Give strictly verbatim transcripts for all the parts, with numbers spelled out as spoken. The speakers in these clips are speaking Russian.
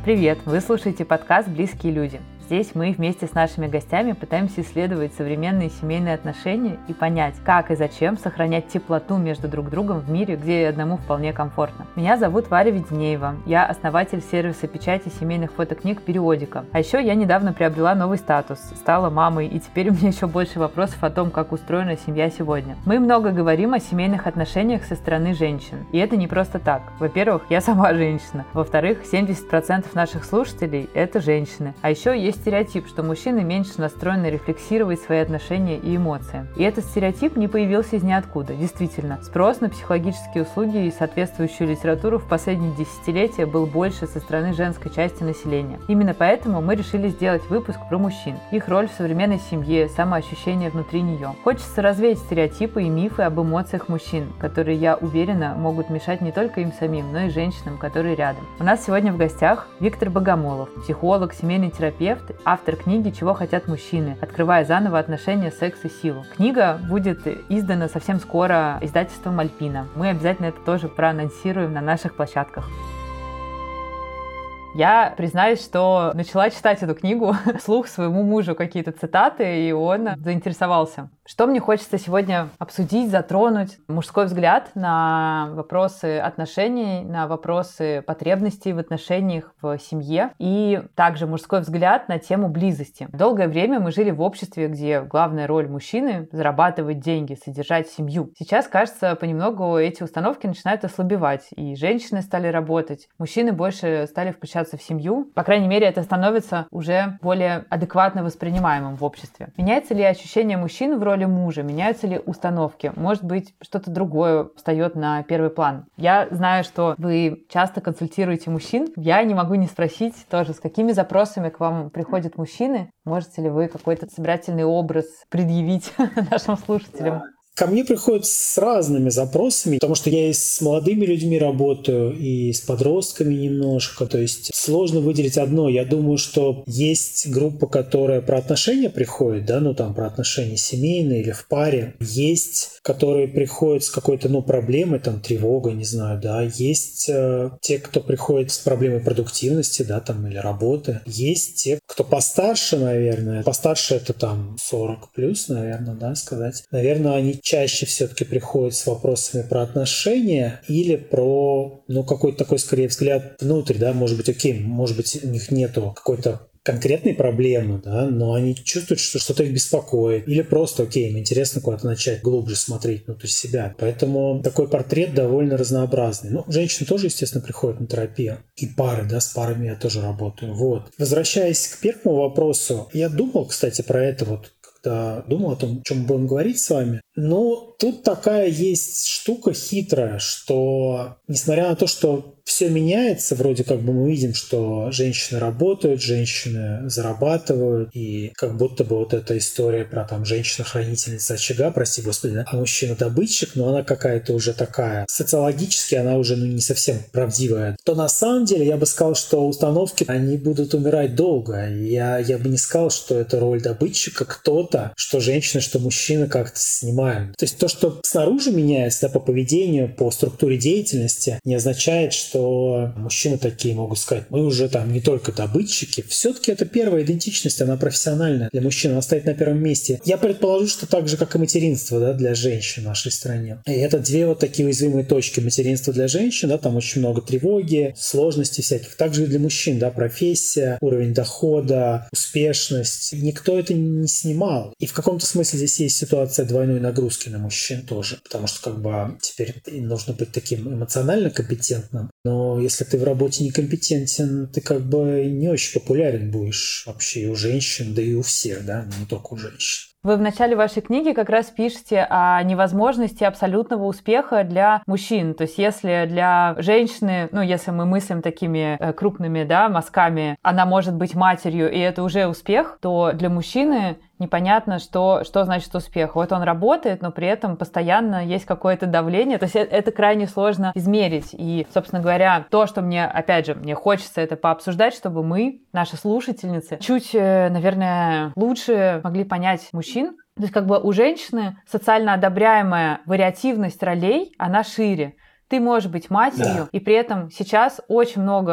Привет! Вы слушаете подкаст «Близкие люди». Здесь мы вместе с нашими гостями пытаемся исследовать современные семейные отношения и понять, как и зачем сохранять теплоту между друг другом в мире, где одному вполне комфортно. Меня зовут Варя Веденеева. Я основатель сервиса печати семейных фотокниг «Периодика». А еще я недавно приобрела новый статус, стала мамой, и теперь у меня еще больше вопросов о том, как устроена семья сегодня. Мы много говорим о семейных отношениях со стороны женщин. И это не просто так. Во-первых, я сама женщина. Во-вторых, семьдесят процентов наших слушателей – это женщины. А еще есть стереотип, что мужчины меньше настроены рефлексировать свои отношения и эмоции. И этот стереотип не появился из ниоткуда. Действительно, спрос на психологические услуги и соответствующую литературу в последние десятилетия был больше со стороны женской части населения. Именно поэтому мы решили сделать выпуск про мужчин, их роль в современной семье, самоощущение внутри нее. Хочется развеять стереотипы и мифы об эмоциях мужчин, которые, я уверена, могут мешать не только им самим, но и женщинам, которые рядом. У нас сегодня в гостях Виктор Богомолов, психолог, семейный терапевт, автор книги «Чего хотят мужчины. Открывая заново отношения, секс и силу». Книга будет издана совсем скоро издательством «Альпина». Мы обязательно это тоже проанонсируем на наших площадках. Я признаюсь, что начала читать эту книгу вслух своему мужу какие-то цитаты, и он заинтересовался. Что мне хочется сегодня обсудить, затронуть? Мужской взгляд на вопросы отношений, на вопросы потребностей в отношениях в семье, и также мужской взгляд на тему близости. Долгое время мы жили в обществе, где главная роль мужчины – зарабатывать деньги, содержать семью. Сейчас, кажется, понемногу эти установки начинают ослабевать, и женщины стали работать, мужчины больше стали включаться в семью. По крайней мере, это становится уже более адекватно воспринимаемым в обществе. Меняется ли ощущение мужчин в роли мужа? Меняются ли установки? Может быть, что-то другое встает на первый план? Я знаю, что вы часто консультируете мужчин. Я не могу не спросить тоже, с какими запросами к вам приходят мужчины? Можете ли вы какой-то собирательный образ предъявить нашим слушателям? Ко мне приходят с разными запросами, потому что я и с молодыми людьми работаю, и с подростками немножко. То есть сложно выделить одно. Я думаю, что есть группа, которая про отношения приходит, да, ну там про отношения семейные или в паре. Есть, которые приходят с какой-то, ну, проблемой, там, тревогой, не знаю, да. Есть э, те, кто приходит с проблемой продуктивности, да, там, или работы. Есть те, кто постарше, наверное. Постарше это там сорок плюс, наверное, да, сказать. Наверное, они чаще все-таки приходят с вопросами про отношения или про, ну, какой-то такой, скорее, взгляд внутрь, да, может быть, окей, может быть, у них нету какой-то конкретной проблемы, да, но они чувствуют, что что-то их беспокоит. Или просто, окей, им интересно куда-то начать глубже смотреть внутрь себя. Поэтому такой портрет довольно разнообразный. Ну, женщины тоже, естественно, приходят на терапию. И пары, да, с парами я тоже работаю. Вот. Возвращаясь к первому вопросу, я думал, кстати, про это вот, когда думал о том, о чем мы будем говорить с вами. Но тут такая есть штука хитрая, что несмотря на то, что все меняется, вроде как бы мы видим, что женщины работают, женщины зарабатывают, и как будто бы вот эта история про там женщина-хранительница очага, прости господи, да, а мужчина-добытчик, но она какая-то уже такая, социологически она уже, ну, не совсем правдивая, то на самом деле я бы сказал, что установки, они будут умирать долго. Я, я бы не сказал, что это роль добытчика кто-то, что женщина, что мужчина как-то снимают. То есть то, что снаружи меняется, да, по поведению, по структуре деятельности, не означает, что что мужчины такие могут сказать, мы уже там не только добытчики. Все-таки это первая идентичность, она профессиональная для мужчин, она стоит на первом месте. Я предположу, что так же, как и материнство, да, для женщин в нашей стране. И это две вот такие уязвимые точки. Материнство для женщин, да, там очень много тревоги, сложностей всяких. Также и для мужчин, да, профессия, уровень дохода, успешность. И никто это не снимал. И в каком-то смысле здесь есть ситуация двойной нагрузки на мужчин тоже, потому что как бы теперь нужно быть таким эмоционально компетентным. Но если ты в работе некомпетентен, ты как бы не очень популярен будешь вообще и у женщин, да и у всех, да, не только у женщин. Вы в начале вашей книги как раз пишете о невозможности абсолютного успеха для мужчин. То есть если для женщины, ну, если мы мыслим такими э, крупными, да, мазками, она может быть матерью, и это уже успех, то для мужчины непонятно, что, что значит успех. Вот он работает, но при этом постоянно есть какое-то давление. То есть это крайне сложно измерить. И, собственно говоря, то, что мне, опять же, мне хочется это пообсуждать, чтобы мы, наши слушательницы, чуть, наверное, лучше могли понять мужчин. То есть как бы у женщины социально одобряемая вариативность ролей, она шире. Ты можешь быть матерью, да. И при этом сейчас очень много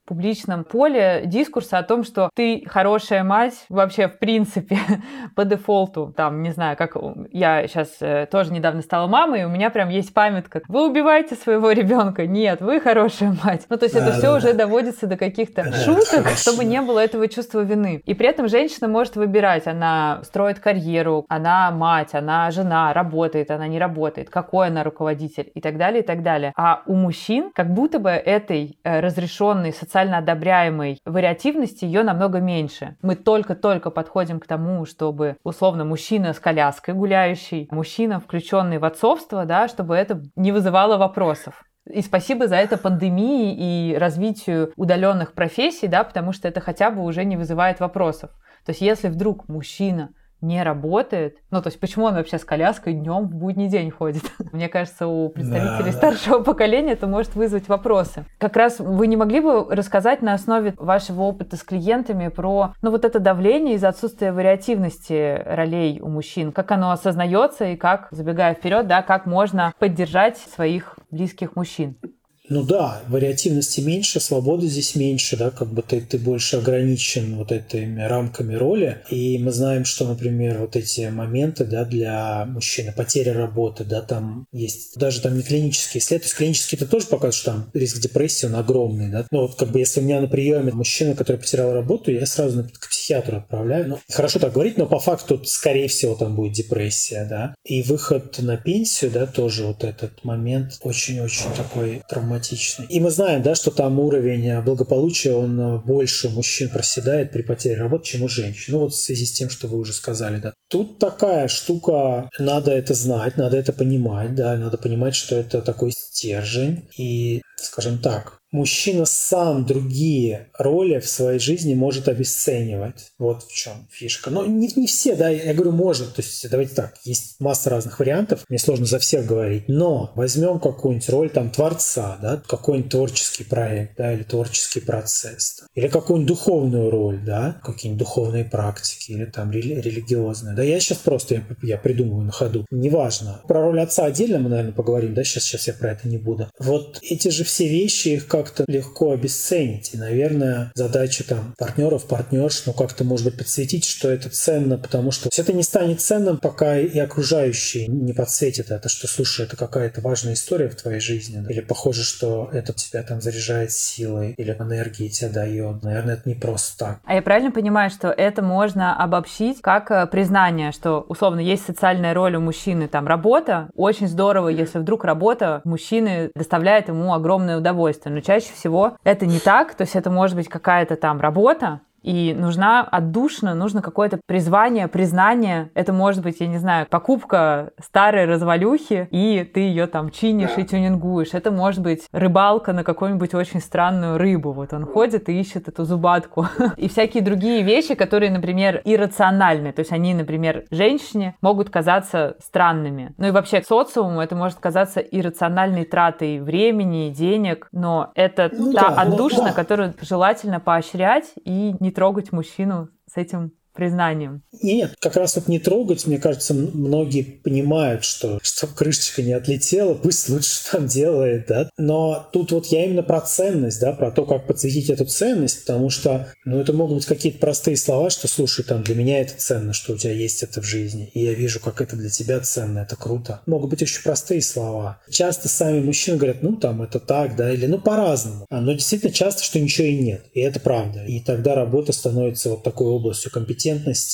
публичном поле дискурса о том, что ты хорошая мать вообще в принципе по дефолту. Там, не знаю, как я сейчас э, тоже недавно стала мамой, и у меня прям есть памятка. Вы убиваете своего ребенка? Нет, вы хорошая мать. Ну, то есть это все уже доводится до каких-то шуток, чтобы не было этого чувства вины. И при этом женщина может выбирать. Она строит карьеру, она мать, она жена, работает, она не работает, какой она руководитель и так далее, и так далее. А у мужчин как будто бы этой э, разрешенной, социально одобряемой вариативности ее намного меньше. Мы только-только подходим к тому, чтобы, условно, мужчина с коляской гуляющий, мужчина, включенный в отцовство, да, чтобы это не вызывало вопросов. И спасибо за это пандемии и развитию удаленных профессий, да, потому что это хотя бы уже не вызывает вопросов. То есть если вдруг мужчина не работает, ну, то есть почему он вообще с коляской днем в будний день ходит? Мне кажется, у представителей да, старшего да. поколения это может вызвать вопросы. Как раз вы не могли бы рассказать на основе вашего опыта с клиентами про, ну, вот это давление из-за отсутствия вариативности ролей у мужчин, как оно осознается и как, забегая вперед, да, как можно поддержать своих близких мужчин? Ну да, вариативности меньше, свободы здесь меньше, да, как бы ты, ты больше ограничен вот этими рамками роли. И мы знаем, что, например, вот эти моменты, да, для мужчины, потеря работы, да, там есть даже там не клинические исследования. То есть клинические это тоже показывают, что там риск депрессии, он огромный, да. Ну вот как бы если у меня на приеме мужчина, который потерял работу, я сразу к психиатру отправляю. Ну, хорошо так говорить, но по факту, скорее всего, там будет депрессия, да. И выход на пенсию, да, тоже вот этот момент очень-очень такой травматичный. И мы знаем, да, что там уровень благополучия, он больше у мужчин проседает при потере работы, чем у женщин. Ну вот в связи с тем, что вы уже сказали, да. Тут такая штука, надо это знать, надо это понимать, да, надо понимать, что это такой стержень. И, скажем так, мужчина сам другие роли в своей жизни может обесценивать. Вот в чем фишка. Но не, не все, да, я говорю, может. То есть, давайте так, есть масса разных вариантов, мне сложно за всех говорить. Но возьмем какую-нибудь роль там творца, да, какой-нибудь творческий проект, да, или творческий процесс. Да, или какую-нибудь духовную роль, да, какие-нибудь духовные практики, или там рели- религиозные. Да, я сейчас просто, я, я придумываю на ходу. Неважно. Про роль отца отдельно мы, наверное, поговорим, да, сейчас, сейчас я про это не буду. Вот эти же все вещи, их как как-то легко обесценить. И, наверное, задача там партнеров, партнерш, ну как-то, может быть, подсветить, что это ценно, потому что это не станет ценным, пока и окружающие не подсветят это, что, слушай, это какая-то важная история в твоей жизни. Или похоже, что это тебя там заряжает силой, или энергией тебя дает. Наверное, это не просто так. А я правильно понимаю, что это можно обобщить как признание, что, условно, есть социальная роль у мужчины, там, работа. Очень здорово, если вдруг работа мужчины доставляет ему огромное удовольствие. Но чаще всего это не так, то есть это может быть какая-то там работа, и нужна отдушина, нужно какое-то призвание, признание. Это может быть, я не знаю, покупка старой развалюхи, и ты ее там чинишь и тюнингуешь. Это может быть рыбалка на какую-нибудь очень странную рыбу. Вот он ходит и ищет эту зубатку. И всякие другие вещи, которые, например, иррациональны. То есть они, например, женщине могут казаться странными. Ну и вообще социуму это может казаться иррациональной тратой времени, денег. Но это ну, та да, отдушина, ну, да. которую желательно поощрять и не трогать мужчину с этим признанием. Нет, как раз вот не трогать, мне кажется, многие понимают, что, что крышечка не отлетела, пусть лучше там делает, да. Но тут вот я именно про ценность, да, про то, как подсветить эту ценность, потому что, ну, это могут быть какие-то простые слова, что, слушай, там, для меня это ценно, что у тебя есть это в жизни, и я вижу, как это для тебя ценно, это круто. Могут быть очень простые слова. Часто сами мужчины говорят, ну, там, это так, да, или, ну, по-разному. Но действительно часто, что ничего и нет, и это правда. И тогда работа становится вот такой областью компетентности.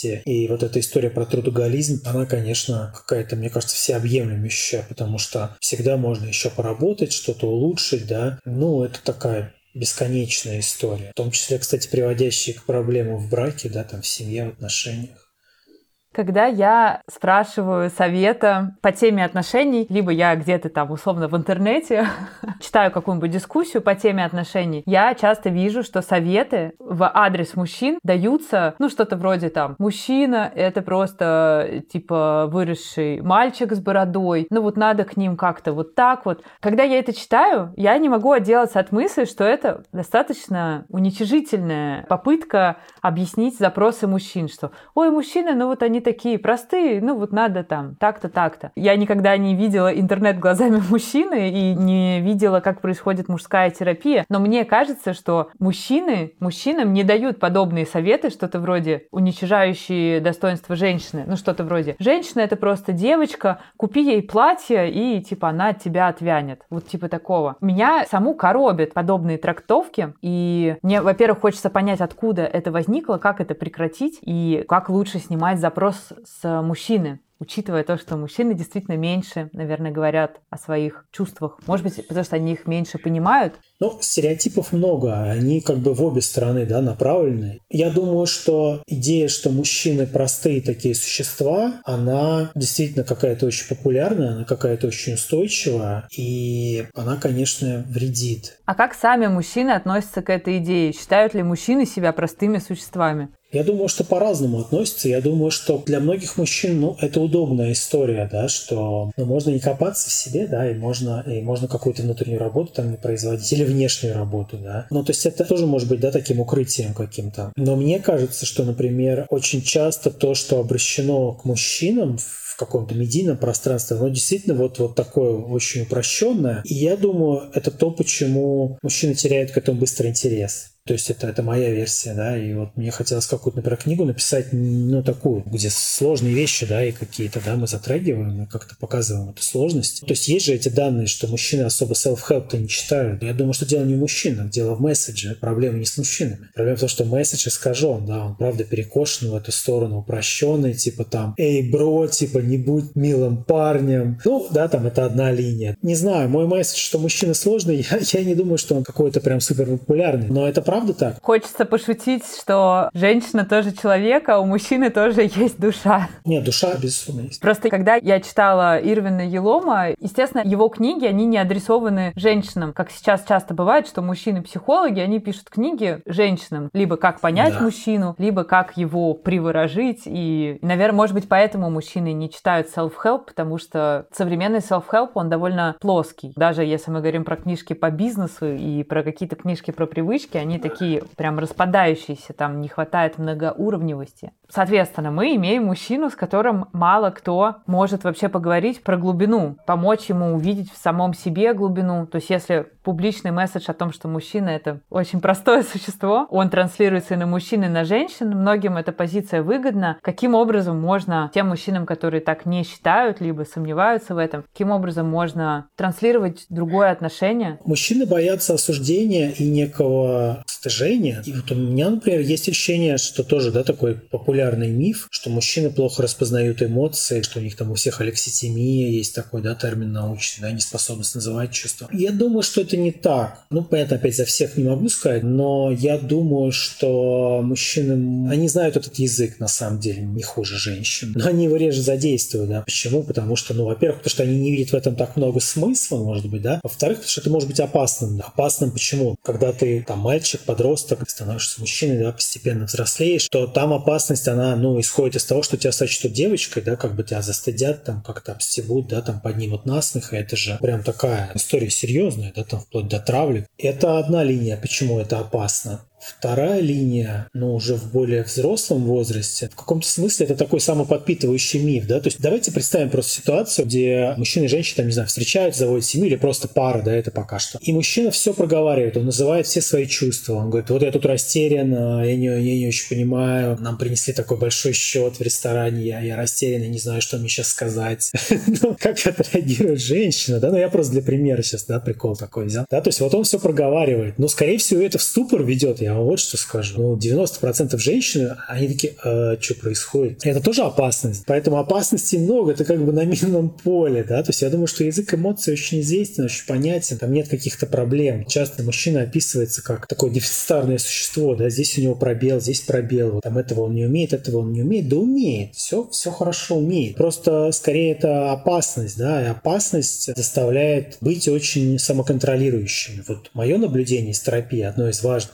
И вот эта история про трудоголизм, она, конечно, какая-то, мне кажется, всеобъемлющая, потому что всегда можно еще поработать, что-то улучшить, да. Ну, это такая бесконечная история. В том числе, кстати, приводящая к проблемам в браке, да, там, в семье, в отношениях. Когда я спрашиваю совета по теме отношений, либо я где-то там условно в интернете читаю какую-нибудь дискуссию по теме отношений, я часто вижу, что советы в адрес мужчин даются, ну, что-то вроде там, мужчина — это просто, типа, выросший мальчик с бородой, ну, вот надо к ним как-то вот так вот. Когда я это читаю, я не могу отделаться от мысли, что это достаточно уничижительная попытка объяснить запросы мужчин, что, ой, мужчины, ну, вот они такие простые, ну вот надо там так-то, так-то. Я никогда не видела интернет глазами мужчины и не видела видела, как происходит мужская терапия, но мне кажется, что мужчины, мужчинам не дают подобные советы, что-то вроде уничижающие достоинства женщины, ну что-то вроде «женщина — это просто девочка, купи ей платье, и типа она от тебя отвянет». Вот типа такого. Меня саму коробят подобные трактовки, и мне, во-первых, хочется понять, откуда это возникло, как это прекратить, и как лучше снимать запрос с мужчины, учитывая то, что мужчины действительно меньше, наверное, говорят о своих чувствах. Может быть, потому что они их меньше понимают? Ну, стереотипов много, они как бы в обе стороны, да, направлены. Я думаю, что идея, что мужчины простые такие существа, она действительно какая-то очень популярная, она какая-то очень устойчивая, и она, конечно, вредит. А как сами мужчины относятся к этой идее? Считают ли мужчины себя простыми существами? Я думаю, что по-разному относятся. Я думаю, что для многих мужчин, ну, это удобная история, да, что ну, можно не копаться в себе, да, и можно, и можно какую-то внутреннюю работу там не производить, или внешнюю работу, да. Ну, то есть это тоже может быть, да, таким укрытием каким-то. Но мне кажется, что, например, очень часто то, что обращено к мужчинам в каком-то медийном пространстве, оно действительно вот, вот такое очень упрощенное. И я думаю, это то, почему мужчины теряют к этому быстро интерес. То есть это, это моя версия, да, и вот мне хотелось какую-то, например, книгу написать, ну, такую, где сложные вещи, да, и какие-то, да, мы затрагиваем и как-то показываем эту сложность. То есть есть же эти данные, что мужчины особо self-help-то не читают. Я думаю, что дело не в мужчинах, дело в месседже. Проблема не с мужчинами. Проблема в том, что месседж искажен, да, он, правда, перекошен в эту сторону, упрощенный, типа там, эй, бро, типа, не будь милым парнем. Ну, да, там, это одна линия. Не знаю, мой месседж, что мужчины сложные, я, я не думаю, что он какой-то прям супер популярный, но это правда так? Хочется пошутить, что женщина тоже человек, а у мужчины тоже есть душа. Нет, душа, безусловно, есть. Просто когда я читала Ирвина Ялома, естественно, его книги, они не адресованы женщинам. Как сейчас часто бывает, что мужчины-психологи, они пишут книги женщинам. Либо как понять да. мужчину, либо как его приворожить. И, наверное, может быть, поэтому мужчины не читают self-help, потому что современный self-help, он довольно плоский. Даже если мы говорим про книжки по бизнесу и про какие-то книжки про привычки, они такие прям распадающиеся, там не хватает многоуровневости. Соответственно, мы имеем мужчину, с которым мало кто может вообще поговорить про глубину, помочь ему увидеть в самом себе глубину. То есть если публичный месседж о том, что мужчина — это очень простое существо, он транслируется и на мужчин, и на женщин, многим эта позиция выгодна. Каким образом можно тем мужчинам, которые так не считают, либо сомневаются в этом, каким образом можно транслировать другое отношение? Мужчины боятся осуждения и некого стыжения. И вот у меня, например, есть ощущение, что тоже, да, такой популярный миф, что мужчины плохо распознают эмоции, что у них там у всех алекситимия, есть такой, да, термин научный, да, неспособность называть чувства. Я думаю, что это не так. Ну, понятно, опять за всех не могу сказать, но я думаю, что мужчины, они знают этот язык, на самом деле, не хуже женщин, но они его реже задействуют, да. Почему? Потому что, ну, во-первых, потому что они не видят в этом так много смысла, может быть, да. Во-вторых, потому что это может быть опасным. Да. Опасным почему? Когда ты там мальчик, подросток, становишься мужчиной, да, постепенно взрослеешь, то там опасность, она, ну, исходит из того, что тебя сочтут девочкой, да, как бы тебя застыдят, там, как-то обстебут, да, там, поднимут насмех, и это же прям такая история серьезная, да, там, вплоть до травли. Это одна линия, почему это опасно. Вторая линия, ну, уже в более взрослом возрасте, в каком-то смысле это такой самоподпитывающий миф, да, то есть давайте представим просто ситуацию, где мужчина и женщина, там, не знаю, встречаются, заводят семью или просто пара, да, это пока что. И мужчина все проговаривает, он называет все свои чувства, он говорит, вот я тут растерян, я не, я не очень понимаю, нам принесли такой большой счет в ресторане, я, я растерян, я не знаю, что мне сейчас сказать. Ну, как отреагирует женщина, да, ну, я просто для примера сейчас, да, прикол такой взял, да, то есть вот он все проговаривает, но, скорее всего, это в ступор ведет, я Я вам вот что скажу. Ну, девяносто процентов женщин, они такие, а, что происходит? Это тоже опасность. Поэтому опасностей много. Это как бы на минном поле, да. То есть я думаю, что язык эмоций очень известен, очень понятен. Там нет каких-то проблем. Часто мужчина описывается как такое дефицитарное существо, да. Здесь у него пробел, здесь пробел. Вот там этого он не умеет, этого он не умеет. Да умеет. Все, все хорошо умеет. Просто скорее это опасность, да. И опасность заставляет быть очень самоконтролирующим. Вот мое наблюдение из терапии, одно из важных наблюдений,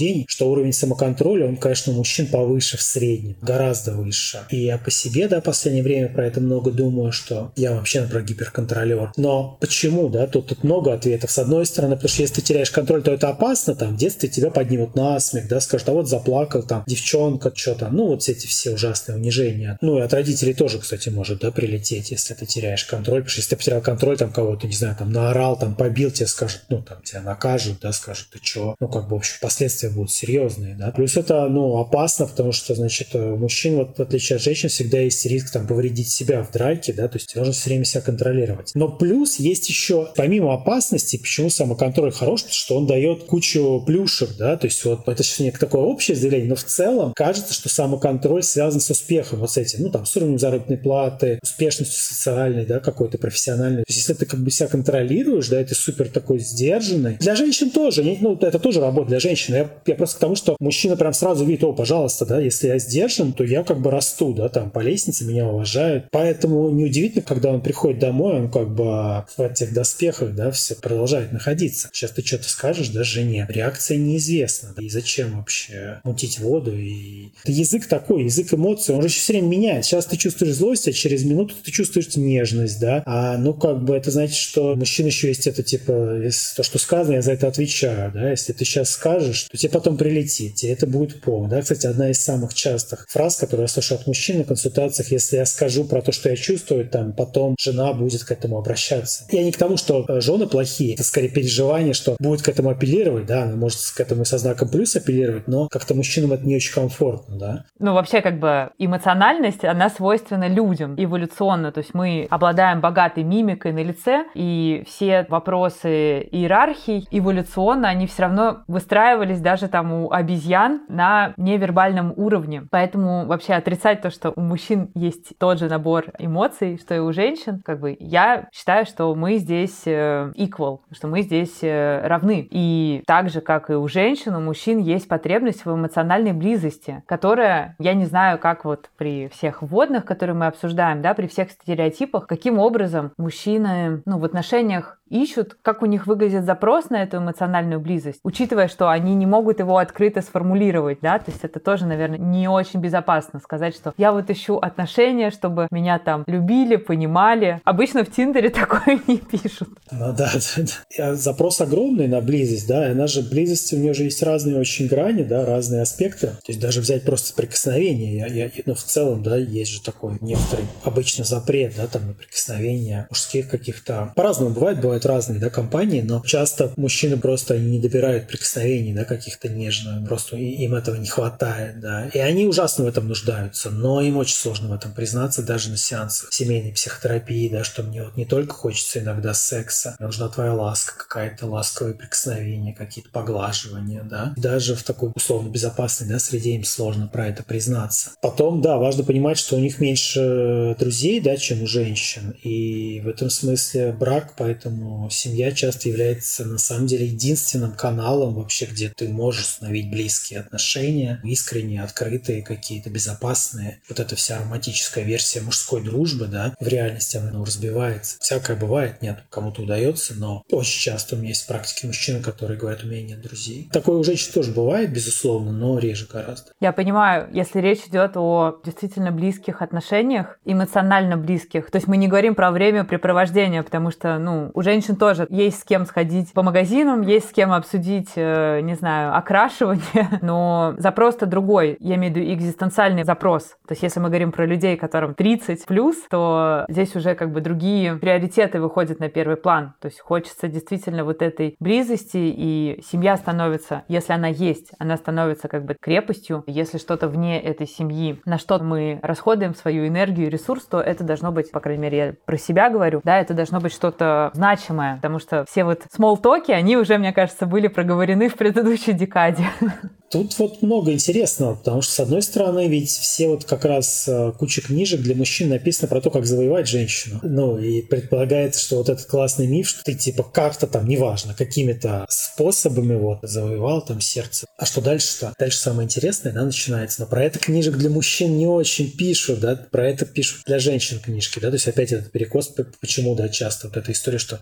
наблюдений, что уровень самоконтроля, он, конечно, у мужчин повыше в среднем, гораздо выше. И я по себе, да, в последнее время про это много думаю, что я вообще, например, гиперконтролер. Но почему, да, тут, тут много ответов. С одной стороны, потому что если ты теряешь контроль, то это опасно, там, в детстве тебя поднимут на смех, да, скажут, а вот заплакал, там, девчонка, что там, ну, вот эти все ужасные унижения. Ну, и от родителей тоже, кстати, может, да, прилететь, если ты теряешь контроль, потому что если ты потерял контроль, там, кого-то, не знаю, там, наорал, там, побил, тебе скажут, ну, там, тебя накажут, да, скажут, ты чё, ну, как бы, в общем, последствия будут серьезные, да. Плюс это, ну, опасно, потому что, значит, у мужчин, вот, в отличие от женщин, всегда есть риск, там, повредить себя в драке, да, то есть нужно все время себя контролировать. Но плюс есть еще, помимо опасности, почему самоконтроль хорош, потому что он дает кучу плюшек, да, то есть вот, это сейчас не такое общее заявление, но в целом кажется, что самоконтроль связан с успехом, вот с этим, ну, там, с уровнем заработной платы, успешностью социальной, да, какой-то профессиональной. То есть если ты как бы себя контролируешь, да, и ты супер такой сдержанный. Для женщин тоже, ну, это тоже работа для женщин. Я, я просто к тому, что мужчина прям сразу видит, о, пожалуйста, да, если я сдержан, то я как бы расту, да, там, по лестнице меня уважают. Поэтому неудивительно, когда он приходит домой, он как бы в этих доспехах, да, все продолжает находиться. Сейчас ты что-то скажешь, да, жене. Реакция неизвестна. Да, и зачем вообще мутить воду? И... Это язык такой, язык эмоций, он же все время меняет. Сейчас ты чувствуешь злость, а через минуту ты чувствуешь нежность, да. А, ну, как бы это значит, что у мужчин еще есть это, типа, то, что сказано, я за это отвечаю, да. Если ты сейчас скажешь, то тебе потом прилетит, тебе это будет повод, да. Кстати, одна из самых частых фраз, которые я слышу от мужчин на консультациях, если я скажу про то, что я чувствую, там, потом жена будет к этому обращаться. Я не к тому, что жены плохие, это скорее переживание, что будет к этому апеллировать, да, она может к этому со знаком плюс апеллировать, но как-то мужчинам это не очень комфортно, да. Ну, вообще, как бы, эмоциональность, она свойственна людям эволюционно, то есть мы обладаем богатой мимикой на лице, и все вопросы иерархий эволюционно, они все равно выстраивались даже там у обезьян на невербальном уровне. Поэтому вообще отрицать то, что у мужчин есть тот же набор эмоций, что и у женщин, как бы, я считаю, что мы здесь equal, что мы здесь равны. И так же, как и у женщин, у мужчин есть потребность в эмоциональной близости, которая, я не знаю, как вот при всех вводных, которые мы обсуждаем, да, при всех стереотипах, каким образом мужчины, ну, в отношениях ищут, как у них выглядит запрос на эту эмоциональную близость, учитывая, что они не могут его открыто сформулировать, да, то есть это тоже, наверное, не очень безопасно сказать, что я вот ищу отношения, чтобы меня там любили, понимали. Обычно в Тиндере такое не пишут. Ну да, да, да. Запрос огромный на близость, да, и она же, близость, у нее же есть разные очень грани, да, разные аспекты, то есть даже взять просто прикосновение, я, я, ну, в целом, да, есть же такой некоторый обычно запрет, да, там, на прикосновение мужских каких-то, по-разному бывает, бывает разные, да, компании, но часто мужчины просто они не добирают прикосновений, да, каких-то нежных, просто им этого не хватает, да, и они ужасно в этом нуждаются, но им очень сложно в этом признаться даже на сеансах семейной психотерапии, да, что мне вот не только хочется иногда секса, мне нужна твоя ласка, какая-то ласковое прикосновение, какие-то поглаживания, да, даже в такой условно безопасной, да, среде им сложно про это признаться. Потом, да, важно понимать, что у них меньше друзей, да, чем у женщин, и в этом смысле брак, поэтому семья часто является на самом деле единственным каналом вообще, где ты можешь установить близкие отношения, искренние, открытые, какие-то безопасные. Вот эта вся романтическая версия мужской дружбы, да, в реальности она разбивается. Всякое бывает, нет, кому-то удается, но очень часто у меня есть в практике мужчины, которые говорят, у меня нет друзей. Такое у женщин тоже бывает, безусловно, но реже гораздо. Я понимаю, если речь идет о действительно близких отношениях, эмоционально близких, то есть мы не говорим про времяпрепровождение, потому что, ну, у женщин тоже есть с кем сходить по магазинам, есть с кем обсудить, э, не знаю, окрашивание, но запрос-то другой, я имею в виду экзистенциальный запрос. То есть если мы говорим про людей, которым тридцать плюс, то здесь уже как бы другие приоритеты выходят на первый план. То есть хочется действительно вот этой близости, и семья становится, если она есть, она становится как бы крепостью. Если что-то вне этой семьи, на что мы расходуем свою энергию и ресурс, то это должно быть, по крайней мере, я про себя говорю, да, это должно быть что-то значимое, потому что все вот смолл-токи, они уже, мне кажется, были проговорены в предыдущей декаде. Тут вот много интересного, потому что, с одной стороны, ведь все вот как раз куча книжек для мужчин написано про то, как завоевать женщину. Ну, и предполагается, что вот этот классный миф, что ты типа как-то там, неважно, какими-то способами вот завоевал там сердце. А что дальше-то? Дальше самое интересное, да, начинается. Но про это книжек для мужчин не очень пишут, да, про это пишут для женщин книжки, да, то есть опять этот перекос, почему, да, часто вот эта история, что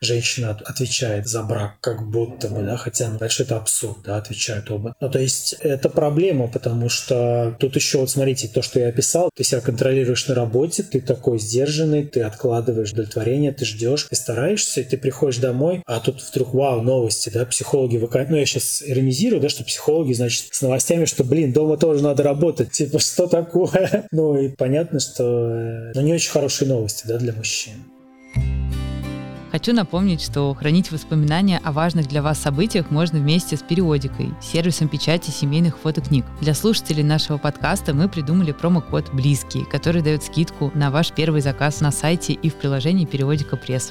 женщина отвечает за брак, как будто бы, да, хотя, ну, дальше это абсурд, да, отвечают оба. Ну, то есть это проблема, потому что тут еще, вот смотрите, то, что я описал, ты себя контролируешь на работе, ты такой сдержанный, ты откладываешь удовлетворение, ты ждешь, ты стараешься, и ты приходишь домой, а тут вдруг, вау, новости, да, психологи выкатывают. Ну, я сейчас иронизирую, да, что психологи, значит, с новостями, что, блин, дома тоже надо работать, типа, что такое? Ну, и понятно, что, ну, не очень хорошие новости, да, для мужчин. Хочу напомнить, что хранить воспоминания о важных для вас событиях можно вместе с периодикой, сервисом печати семейных фотокниг. Для слушателей нашего подкаста мы придумали промокод «Близкий», который дает скидку на ваш первый заказ на сайте и в приложении «Периодика Пресс».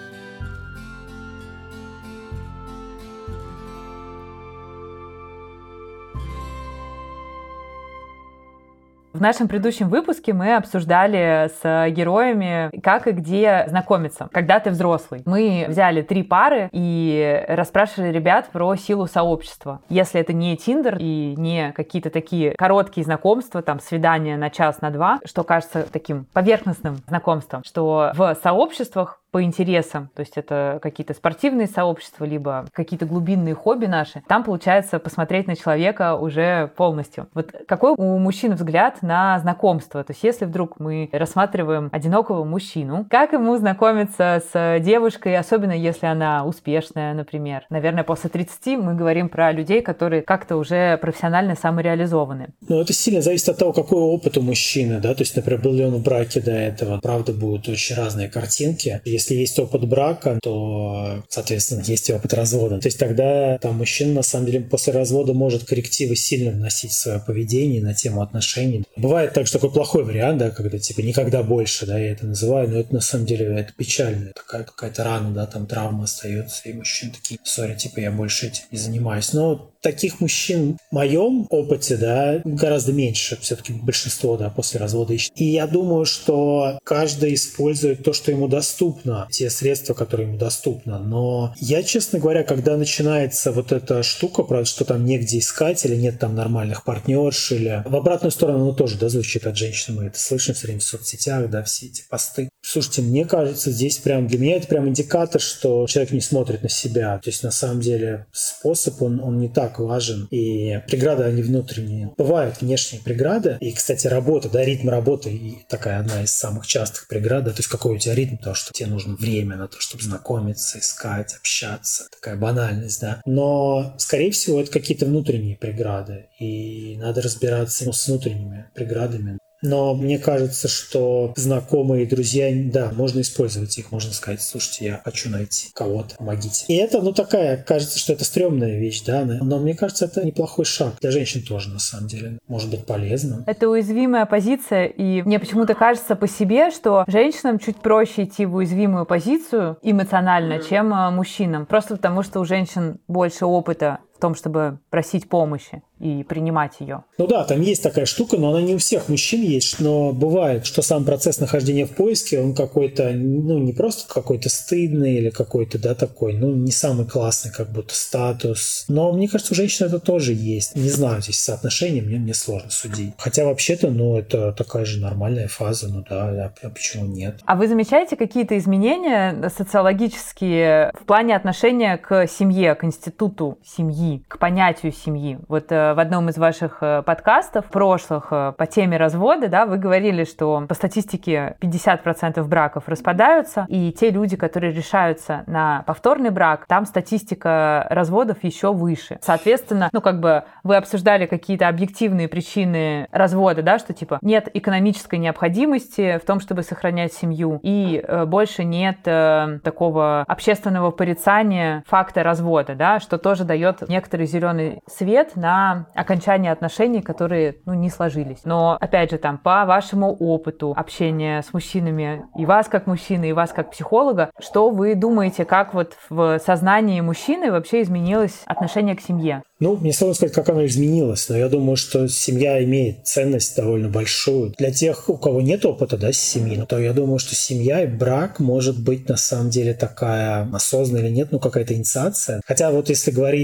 В нашем предыдущем выпуске мы обсуждали с героями, как и где знакомиться, когда ты взрослый. Мы взяли три пары и расспрашивали ребят про силу сообщества. Если это не Tinder и не какие-то такие короткие знакомства, там, свидания на час, на два, что кажется таким поверхностным знакомством, что в сообществах по интересам, то есть это какие-то спортивные сообщества, либо какие-то глубинные хобби наши, там получается посмотреть на человека уже полностью. Вот какой у мужчин взгляд на знакомство? То есть если вдруг мы рассматриваем одинокого мужчину, как ему знакомиться с девушкой, особенно если она успешная, например? Наверное, после тридцати мы говорим про людей, которые как-то уже профессионально самореализованы. Ну, это сильно зависит от того, какой опыт у мужчины, да, то есть, например, был ли он в браке до этого. Правда, будут очень разные картинки. Если есть опыт брака, то, соответственно, есть и опыт развода. То есть тогда там мужчина, на самом деле, после развода может коррективы сильно вносить в свое поведение на тему отношений. Бывает так, что такой плохой вариант, да, когда типа никогда больше, да, я это называю, но это на самом деле это печально. Такая какая-то рана, да, там травма остается, и мужчины такие, сори, типа я больше этим не занимаюсь. Но таких мужчин в моем опыте, да, гораздо меньше, все-таки большинство, да, после развода ищет. И я думаю, что каждый использует то, что ему доступно, те средства, которые ему доступны. Но я, честно говоря, когда начинается вот эта штука, про что там негде искать, или нет там нормальных партнерш, или в обратную сторону оно тоже, да, звучит от женщин, мы это слышим все время в соцсетях, да, все эти посты. Слушайте, мне кажется, здесь прям для меня это прям индикатор, что человек не смотрит на себя. То есть на самом деле способ, он, он не так важен. И преграды, они внутренние. Бывают внешние преграды. И, кстати, работа, да, ритм работы и такая одна из самых частых преград. Да, то есть какой у тебя ритм, то, что тебе нужно время на то, чтобы знакомиться, искать, общаться. Такая банальность, да. Но, скорее всего, это какие-то внутренние преграды. И надо разбираться, ну, с внутренними преградами. Но мне кажется, что знакомые и друзья, да, можно использовать их, можно сказать, слушайте, я хочу найти кого-то, помогите. И это, ну, такая, кажется, что это стрёмная вещь, да, но мне кажется, это неплохой шаг. Для женщин тоже, на самом деле, может быть полезным. Это уязвимая позиция, и мне почему-то кажется по себе, что женщинам чуть проще идти в уязвимую позицию эмоционально, чем мужчинам. Просто потому, что у женщин больше опыта в том, чтобы просить помощи и принимать ее. Ну да, там есть такая штука, но она не у всех мужчин есть, но бывает, что сам процесс нахождения в поиске, он какой-то, ну не просто какой-то стыдный или какой-то, да, такой, ну не самый классный как будто статус. Но мне кажется, у женщин это тоже есть. Не знаю, здесь соотношение, мне, мне сложно судить. Хотя вообще-то, ну это такая же нормальная фаза, ну да, а почему нет? А вы замечаете какие-то изменения социологические в плане отношения к семье, к институту семьи, к понятию семьи? Вот э, в одном из ваших э, подкастов прошлых э, по теме развода, да, вы говорили, что по статистике пятьдесят процентов браков распадаются, и те люди, которые решаются на повторный брак, там статистика разводов еще выше. Соответственно, ну как бы вы обсуждали какие-то объективные причины развода, да, что типа нет экономической необходимости в том, чтобы сохранять семью, и э, больше нет э, такого общественного порицания факта развода, да, что тоже дает некоторый зеленый свет на окончание отношений, которые, ну, не сложились. Но, опять же, там, по вашему опыту общения с мужчинами, и вас как мужчины, и вас как психолога, что вы думаете, как вот в сознании мужчины вообще изменилось отношение к семье? Ну, мне сложно сказать, как оно изменилось, но я думаю, что семья имеет ценность довольно большую. Для тех, у кого нет опыта, да, с семьи, то я думаю, что семья и брак может быть на самом деле такая осознанная или нет, ну, какая-то инициация. Хотя вот если говорить, ну,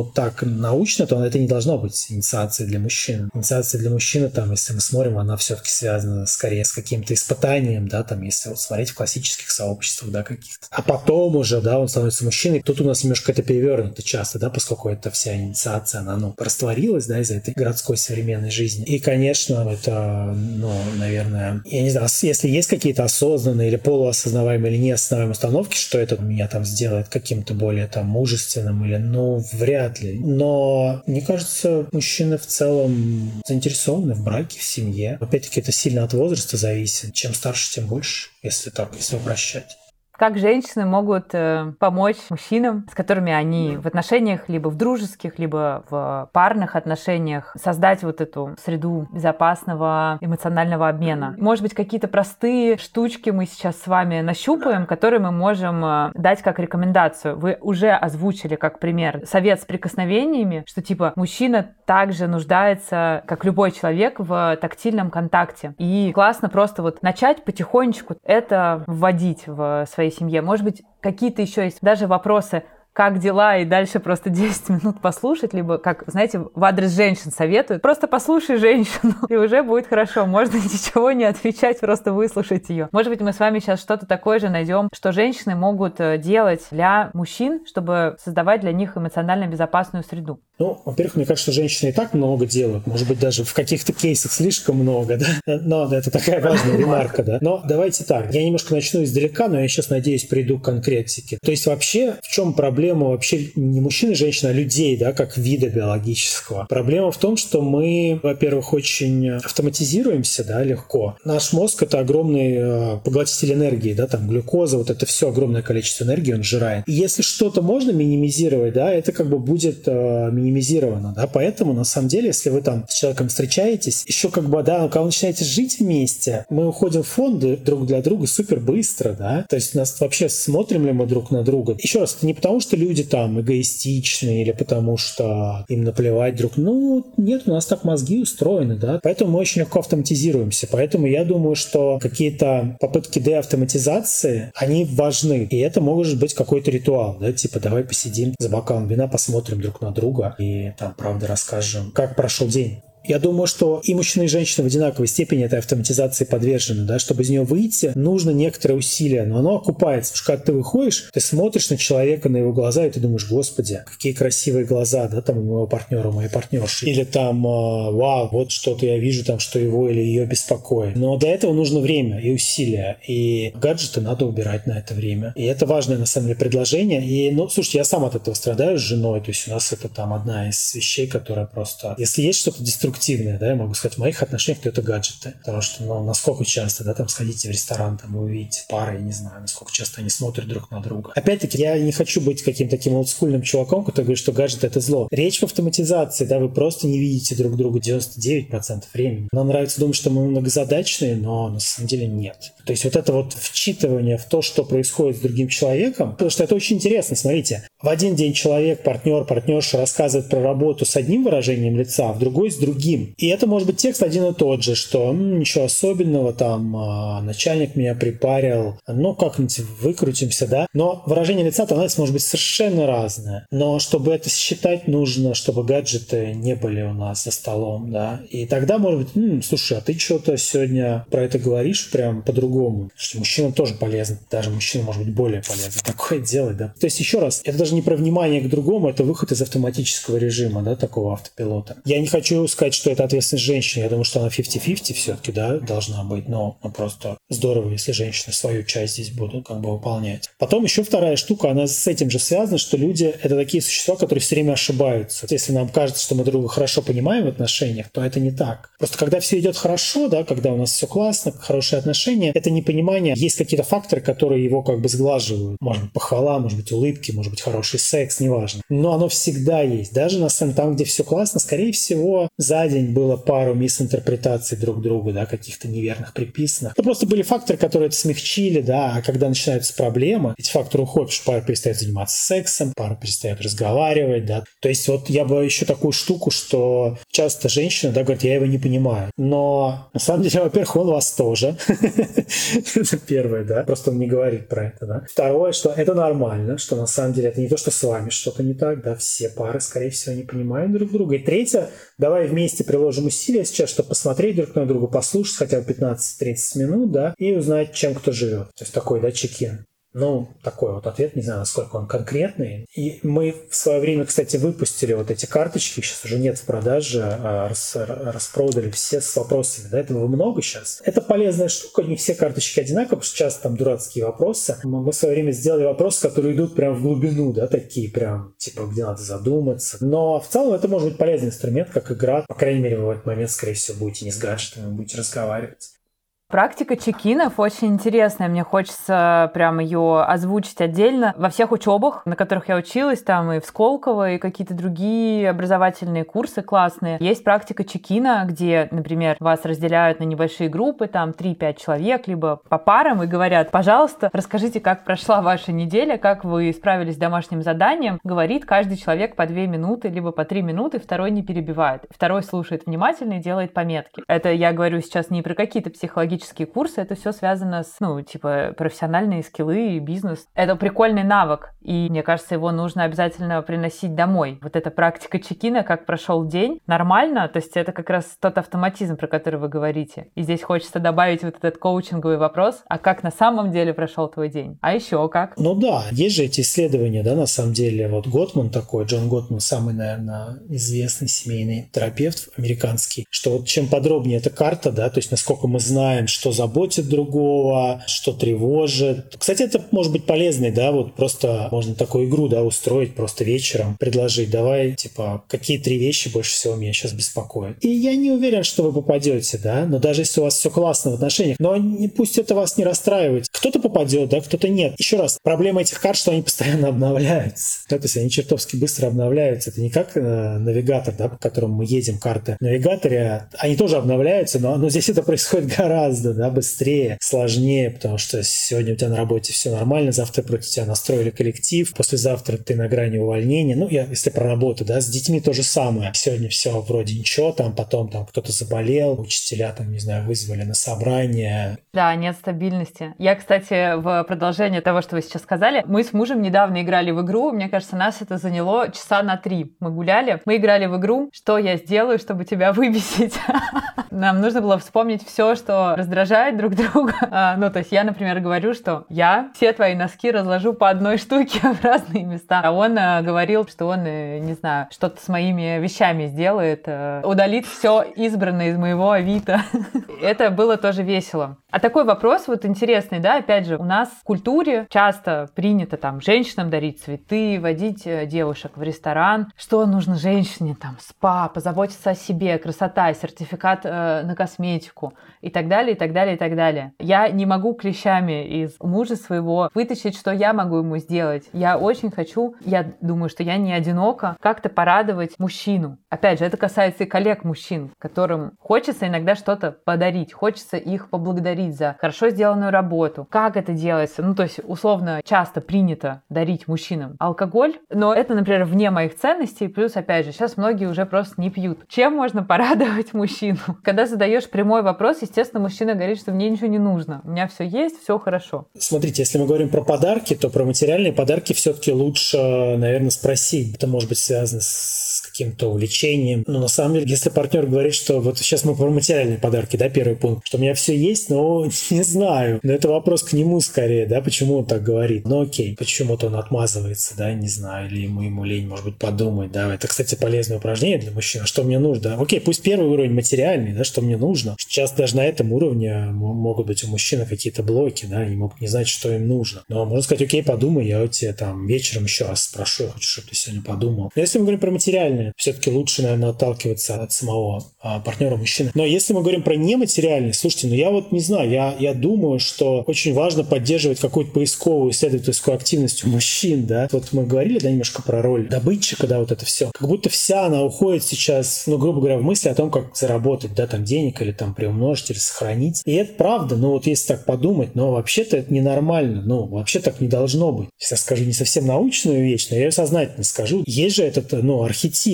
ну, так научно, то это не должно быть инициацией для мужчин. Инициация для мужчины, там, если мы смотрим, она все-таки связана скорее с каким-то испытанием, да, там, если вот смотреть в классических сообществах, да, каких-то. А потом уже, да, он становится мужчиной. Тут у нас немножко это перевернуто часто, да, поскольку эта вся инициация, она, ну, растворилась, да, из-за этой городской современной жизни. И, конечно, это, ну, наверное, я не знаю, если есть какие-то осознанные или полуосознаваемые или неосознаваемые установки, что это меня там сделает каким-то более там мужественным или, ну, вряд ли. Но, мне кажется, мужчины в целом заинтересованы в браке, в семье. Опять-таки, это сильно от возраста зависит. Чем старше, тем больше, если так, если упрощать. Как женщины могут э, помочь мужчинам, с которыми они в отношениях, либо в дружеских, либо в парных отношениях, создать вот эту среду безопасного эмоционального обмена? Может быть, какие-то простые штучки мы сейчас с вами нащупаем, которые мы можем э, дать как рекомендацию. Вы уже озвучили как пример совет с прикосновениями, что типа мужчина также нуждается, как любой человек, в тактильном контакте. И классно просто вот начать потихонечку это вводить в свои семье. Может быть, какие-то еще есть даже вопросы, как дела, и дальше просто десять минут послушать, либо, как, знаете, в адрес женщин советуют, просто послушай женщину, и уже будет хорошо. Можно ничего не отвечать, просто выслушать ее. Может быть, мы с вами сейчас что-то такое же найдем, что женщины могут делать для мужчин, чтобы создавать для них эмоционально безопасную среду. Ну, во-первых, мне кажется, что женщины и так много делают, может быть, даже в каких-то кейсах слишком много, да? Но это такая важная ремарка, да? Но давайте так, я немножко начну издалека, но я сейчас, надеюсь, приду к конкретике. То есть вообще, в чем проблема вообще не мужчин и женщин, а людей, да, как вида биологического? Проблема в том, что мы, во-первых, очень автоматизируемся, да, легко. Наш мозг — это огромный э, поглотитель энергии, да, там глюкоза, вот это все огромное количество энергии он сжирает. И если что-то можно минимизировать, да, это как бы будет э, минимизировано, да, поэтому на самом деле, если вы там с человеком встречаетесь, еще как бы, да, когда вы начинаете жить вместе, мы уходим в фонды друг для друга супер быстро, да, то есть нас вообще смотрим ли мы друг на друга. Еще раз, это не потому, что люди там эгоистичны или потому, что им наплевать друг, ну, нет, у нас так мозги устроены, да, поэтому мы очень легко автоматизируемся, поэтому я думаю, что какие-то попытки деавтоматизации, они важны, и это может быть какой-то ритуал, да, типа давай посидим за бокалом вина, посмотрим друг на друга и там, правда, расскажем, как прошел день. Я думаю, что и мужчины, и женщины в одинаковой степени этой автоматизации подвержены, да, чтобы из нее выйти, нужно некоторое усилие, но оно окупается, потому что когда ты выходишь, ты смотришь на человека, на его глаза, и ты думаешь, господи, какие красивые глаза, да, там у моего партнера, у моей партнерши, или там, вау, вот что-то я вижу там, что его или ее беспокоит. Но для этого нужно время и усилия, и гаджеты надо убирать на это время. И это важное, на самом деле, предложение. И, ну, слушайте, я сам от этого страдаю с женой, то есть у нас это там одна из вещей, которая просто, если есть что-то деструктивное, активные, да, я могу сказать, в моих отношениях, то это гаджеты. Потому что, ну, насколько часто, да, там, сходите в ресторан, там, вы увидите пары, я не знаю, насколько часто они смотрят друг на друга. Опять-таки, я не хочу быть каким-то таким олдскульным чуваком, который говорит, что гаджеты — это зло. Речь в автоматизации, да, вы просто не видите друг друга девяносто девять процентов времени. Нам нравится думать, что мы многозадачные, но на самом деле нет. То есть вот это вот вчитывание в то, что происходит с другим человеком, потому что это очень интересно, смотрите. В один день человек, партнер, партнерша рассказывает про работу с одним выражением лица, а в другой с другим. И это может быть текст один и тот же, что м, ничего особенного, там э, начальник меня припарил, ну как-нибудь выкрутимся, да. Но выражение лица там может быть совершенно разное. Но чтобы это считать, нужно, чтобы гаджеты не были у нас за столом, да. И тогда может быть, м, слушай, а ты что-то сегодня про это говоришь прям по-другому. Что мужчинам тоже полезно, даже мужчинам может быть более полезно такое делать, да. То есть еще раз, это даже не про внимание к другому, это выход из автоматического режима, да, такого автопилота. Я не хочу сказать, что это ответственность женщины. Я думаю, что она пятьдесят на пятьдесят все-таки, да, должна быть. Но ну, просто здорово, если женщины свою часть здесь будут как бы выполнять. Потом еще вторая штука, она с этим же связана, что люди — это такие существа, которые все время ошибаются. Если нам кажется, что мы друг друга хорошо понимаем в отношениях, то это не так. Просто когда все идет хорошо, да, когда у нас все классно, хорошие отношения, это непонимание. Есть какие-то факторы, которые его как бы сглаживают. Может быть, похвала, может быть, улыбки, может быть, хороший секс, неважно. Но оно всегда есть. Даже на самом там, где все классно, скорее всего, за день было пару мисинтерпретаций друг другу, да, каких-то неверных приписанных. Это просто были факторы, которые это смягчили, да, а когда начинаются проблемы, эти факторы уходят, что пара перестает заниматься сексом, пара перестает разговаривать, да. То есть вот я бы еще такую штуку, что часто женщина, да, говорит, я его не понимаю. Но на самом деле, во-первых, он вас тоже. Это первое, да. Просто он не говорит про это, да. Второе, что это нормально, что на самом деле это не то, что с вами что-то не так, да, все пары, скорее всего, не понимают друг друга. И третье, давай вместе приложим усилия сейчас, чтобы посмотреть друг на друга, послушать хотя бы пятнадцать-тридцать минут, да, и узнать, чем кто живет. То есть такой, да, чек-ин. Ну, такой вот ответ, не знаю, насколько он конкретный. И мы в свое время, кстати, выпустили вот эти карточки, их сейчас уже нет в продаже, а рас, распродали все с вопросами. Да, этого много сейчас. Это полезная штука, не все карточки одинаковые, потому что часто там дурацкие вопросы. Мы в свое время сделали вопросы, которые идут прям в глубину, да, такие прям, типа, где надо задуматься. Но в целом это может быть полезный инструмент, как игра. По крайней мере, вы в этот момент, скорее всего, будете не с гаджетами, будете разговаривать. Практика чекинов очень интересная. Мне хочется прям ее озвучить отдельно. Во всех учебах, на которых я училась, там и в Сколково, и какие-то другие образовательные курсы классные, есть практика чекина, где, например, вас разделяют на небольшие группы, там три-пять человек, либо по парам, и говорят: пожалуйста, расскажите, как прошла ваша неделя, как вы справились с домашним заданием. Говорит каждый человек по две минуты, либо по три минуты, второй не перебивает. Второй слушает внимательно и делает пометки. Это я говорю сейчас не про какие-то психологические курсы, это все связано с, ну, типа, профессиональные скиллы и бизнес. Это прикольный навык, и мне кажется, его нужно обязательно приносить домой. Вот эта практика чекина, как прошел день, нормально, то есть это как раз тот автоматизм, про который вы говорите. И здесь хочется добавить вот этот коучинговый вопрос: а как на самом деле прошел твой день? А еще как? Ну да, есть же эти исследования, да, на самом деле. Вот Готман такой, Джон Готман, самый, наверное, известный семейный терапевт американский, что вот чем подробнее эта карта, да, то есть насколько мы знаем, что заботит другого, что тревожит. Кстати, это может быть полезной, да, вот просто можно такую игру, да, устроить просто вечером, предложить: давай, типа, какие три вещи больше всего меня сейчас беспокоят. И я не уверен, что вы попадете, да, но даже если у вас все классно в отношениях, но не, пусть это вас не расстраивает. Кто-то попадет, да, кто-то нет. Еще раз, проблема этих карт, что они постоянно обновляются. Да, то есть они чертовски быстро обновляются. Это не как э, навигатор, да, по которому мы едем, карты в навигаторе. Они тоже обновляются, но, но здесь это происходит гораздо, да, быстрее, сложнее, потому что сегодня у тебя на работе все нормально, завтра против тебя настроили коллектив, послезавтра ты на грани увольнения. Ну, я, если про работу, да, с детьми то же самое. Сегодня все вроде ничего, там потом там кто-то заболел, учителя там, не знаю, вызвали на собрание. Да, нет стабильности. Я, кстати, в продолжение того, что вы сейчас сказали, мы с мужем недавно играли в игру, мне кажется, нас это заняло часа на три. Мы гуляли, мы играли в игру «Что я сделаю, чтобы тебя выбесить?». Нам нужно было вспомнить все, что раздражает друг друга. А, ну, то есть я, например, говорю, что я все твои носки разложу по одной штуке в разные места. А он а, говорил, что он, не знаю, что-то с моими вещами сделает, а, удалит все избранное из моего Авито. Это было тоже весело. А такой вопрос вот интересный, да, опять же, у нас в культуре часто принято там женщинам дарить цветы, водить девушек в ресторан. Что нужно женщине? Там спа, позаботиться о себе, красота, сертификат э, на косметику и так далее, и так далее, и так далее. Я не могу клещами из мужа своего вытащить, что я могу ему сделать. Я очень хочу, я думаю, что я не одинока, как-то порадовать мужчину. Опять же, это касается и коллег-мужчин, которым хочется иногда что-то подарить, хочется их поблагодарить за хорошо сделанную работу. Как это делается? Ну, то есть, условно, часто принято дарить мужчинам алкоголь, но это, например, вне моих ценностей. Плюс, опять же, сейчас многие уже просто не пьют. Чем можно порадовать мужчину? Когда задаешь прямой вопрос, естественно, мужчина говорит, что мне ничего не нужно. У меня все есть, все хорошо. Смотрите, если мы говорим про подарки, то про материальные подарки все-таки лучше, наверное, спросить. Это может быть связано с каким-то увлечением. Но на самом деле, если партнер говорит, что вот сейчас мы про материальные подарки, да, первый пункт, что у меня все есть, но не знаю. Но это вопрос к нему скорее, да, почему он так говорит. Ну окей, почему-то он отмазывается, да, не знаю, или ему, ему лень, может быть, подумать, да. Это, кстати, полезное упражнение для мужчин. А что мне нужно? Да? Окей, пусть первый уровень материальный, да, что мне нужно. Сейчас даже на этом уровне могут быть у мужчин какие-то блоки, да, они могут не знать, что им нужно. Но можно сказать: окей, подумай, я у тебя там вечером еще раз спрошу, я хочу, чтобы ты сегодня подумал. Но если мы говорим про материальное, все-таки лучше, наверное, отталкиваться от самого а, партнера мужчины. Но если мы говорим про нематериальное, слушайте, ну я вот не знаю, я, я думаю, что очень важно поддерживать какую-то поисковую исследовательскую активность у мужчин, да. Вот мы говорили, да, немножко про роль добытчика, да, вот это все. Как будто вся она уходит сейчас, ну, грубо говоря, в мысли о том, как заработать, да, там денег или там приумножить или сохранить. И это правда, ну вот если так подумать, но вообще-то это ненормально, ну вообще так не должно быть. Сейчас я скажу не совсем научную вещь, но я ее сознательно скажу. Есть же этот, ну, архетип,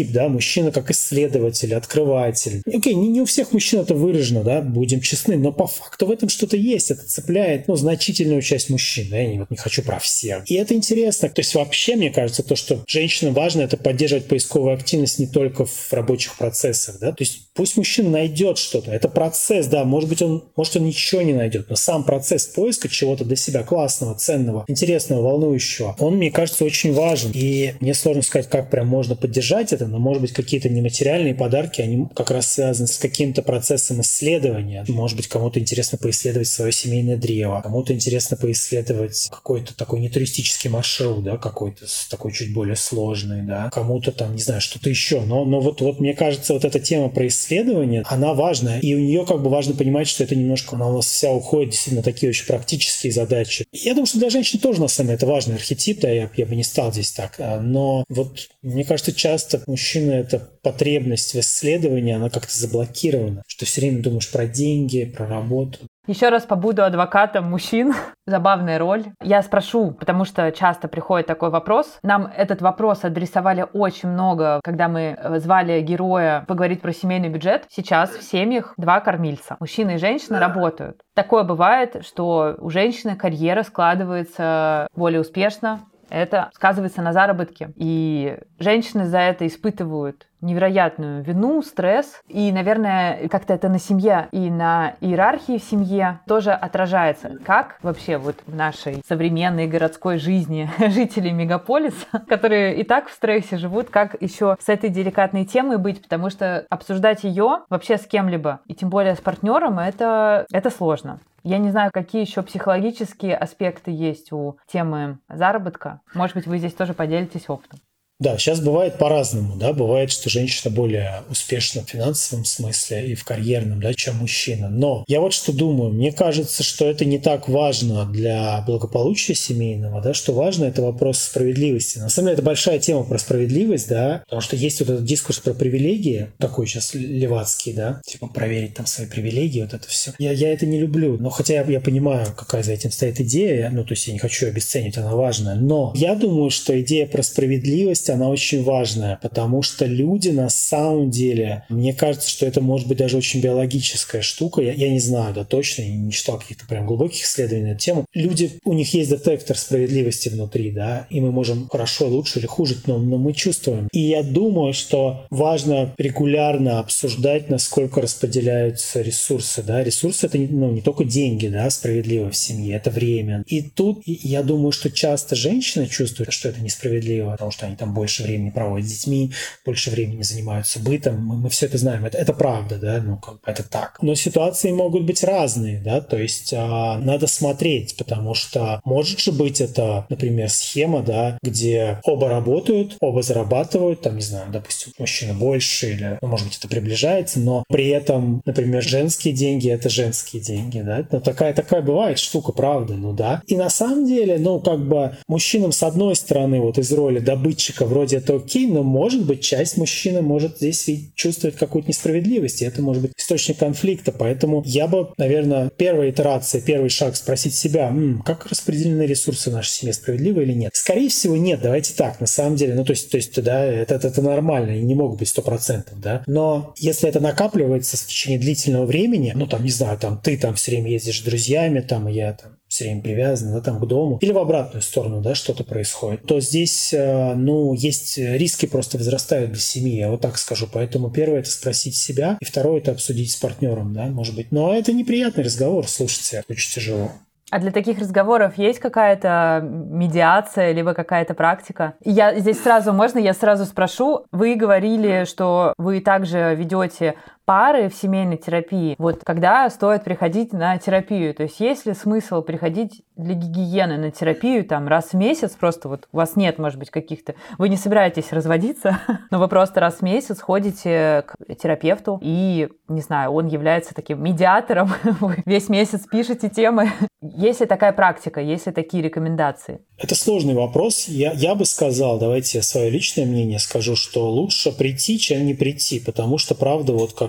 архетип, да, мужчина как исследователь, открыватель. Окей, не, не у всех мужчин это выражено, да, будем честны, но по факту в этом что-то есть, это цепляет, ну, значительную часть мужчин, да, я не, вот не хочу про всех. И это интересно, то есть вообще, мне кажется, то, что женщинам важно, это поддерживать поисковую активность не только в рабочих процессах, да, то есть пусть мужчина найдет что-то, это процесс, да, может быть, он, может, он ничего не найдет, но сам процесс поиска чего-то для себя классного, ценного, интересного, волнующего, он, мне кажется, очень важен. И мне сложно сказать, как прям можно поддержать это, но, может быть, какие-то нематериальные подарки, они как раз связаны с каким-то процессом исследования. Может быть, кому-то интересно поисследовать свое семейное древо, кому-то интересно поисследовать какой-то такой нетуристический маршрут, да, какой-то такой чуть более сложный, да, кому-то там, не знаю, что-то еще. Но, но вот, вот мне кажется, вот эта тема про исследование, она важная, и у нее как бы важно понимать, что это немножко, она у нас вся уходит действительно на такие очень практические задачи. И я думаю, что для женщин тоже, на самом деле, это важный архетип, да, я, я бы не стал здесь так. Но вот мне кажется, часто мужчина — это потребность в исследовании, она как-то заблокирована, что все время думаешь про деньги, про работу. Еще раз побуду адвокатом мужчин. Забавная роль. Я спрошу, потому что часто приходит такой вопрос. Нам этот вопрос адресовали очень много, когда мы звали героя поговорить про семейный бюджет. Сейчас в семьях два кормильца. Мужчина и женщина работают. Такое бывает, что у женщины карьера складывается более успешно. Это сказывается на заработке. И женщины за это испытывают невероятную вину, стресс. И, наверное, как-то это на семье и на иерархии в семье тоже отражается. Как вообще вот в нашей современной городской жизни жителей мегаполиса, которые и так в стрессе живут, как еще с этой деликатной темой быть, потому что обсуждать ее вообще с кем-либо, и тем более с партнером, это, это сложно. Я не знаю, какие еще психологические аспекты есть у темы заработка. Может быть, вы здесь тоже поделитесь опытом. Да, сейчас бывает по-разному, да, бывает, что женщина более успешна в финансовом смысле и в карьерном, да, чем мужчина. Но я вот что думаю, мне кажется, что это не так важно для благополучия семейного, да, что важно — это вопрос справедливости. На самом деле это большая тема про справедливость, да, потому что есть вот этот дискурс про привилегии, такой сейчас левацкий, да, типа проверить там свои привилегии, вот это все. Я, я это не люблю, но хотя я, я понимаю, какая за этим стоит идея, ну, то есть я не хочу обесценивать, она важная, но я думаю, что идея про справедливость, она очень важная, потому что люди на самом деле, мне кажется, что это может быть даже очень биологическая штука, я, я не знаю, да, точно, я не читал каких-то прям глубоких исследований на эту тему. Люди, у них есть детектор справедливости внутри, да, и мы можем хорошо, лучше или хуже, но, но мы чувствуем. И я думаю, что важно регулярно обсуждать, насколько распределяются ресурсы, да, ресурсы — это ну, не только деньги, да, справедливо в семье, это время. И тут я думаю, что часто женщины чувствуют, что это несправедливо, потому что они там больше времени проводят с детьми, больше времени занимаются бытом. Мы, мы все это знаем. Это, это правда, да, ну, как бы это так. Но ситуации могут быть разные, да, то есть а, надо смотреть, потому что может же быть это, например, схема, да, где оба работают, оба зарабатывают, там, не знаю, допустим, мужчина больше или, ну, может быть, это приближается, но при этом, например, женские деньги — это женские деньги, да, но такая, такая бывает штука, правда, ну, да. И на самом деле, ну, как бы мужчинам, с одной стороны, вот из роли добытчика вроде это окей, но, может быть, часть мужчины может здесь чувствовать какую-то несправедливость, и это может быть источник конфликта. Поэтому я бы, наверное, первая итерация, первый шаг — спросить себя, м-м, как распределены ресурсы в нашей семье, справедливо или нет? Скорее всего, нет, давайте так, на самом деле, ну, то есть, то есть да, это, это, это нормально, и не могут быть сто процентов, да, но если это накапливается в течение длительного времени, ну, там, не знаю, там, ты там все время ездишь с друзьями, там, и я там все время привязаны, да, там, к дому, или в обратную сторону, да, что-то происходит, то здесь, ну, есть риски просто возрастают для семьи, я вот так скажу. Поэтому первое — это спросить себя, и второе — это обсудить с партнером, да, может быть. Но это неприятный разговор, слушайте, очень тяжело. А для таких разговоров есть какая-то медиация, либо какая-то практика? Я здесь сразу, можно я сразу спрошу? Вы говорили, что вы также ведете пары в семейной терапии. Вот когда стоит приходить на терапию? То есть есть ли смысл приходить для гигиены на терапию там раз в месяц? Просто вот у вас нет, может быть, каких-то... Вы не собираетесь разводиться, но вы просто раз в месяц ходите к терапевту, и, не знаю, он является таким медиатором. Вы весь месяц пишете темы. Есть ли такая практика? Есть ли такие рекомендации? Это сложный вопрос. Я, я бы сказал, давайте я свое личное мнение скажу, что лучше прийти, чем не прийти, потому что, правда, вот как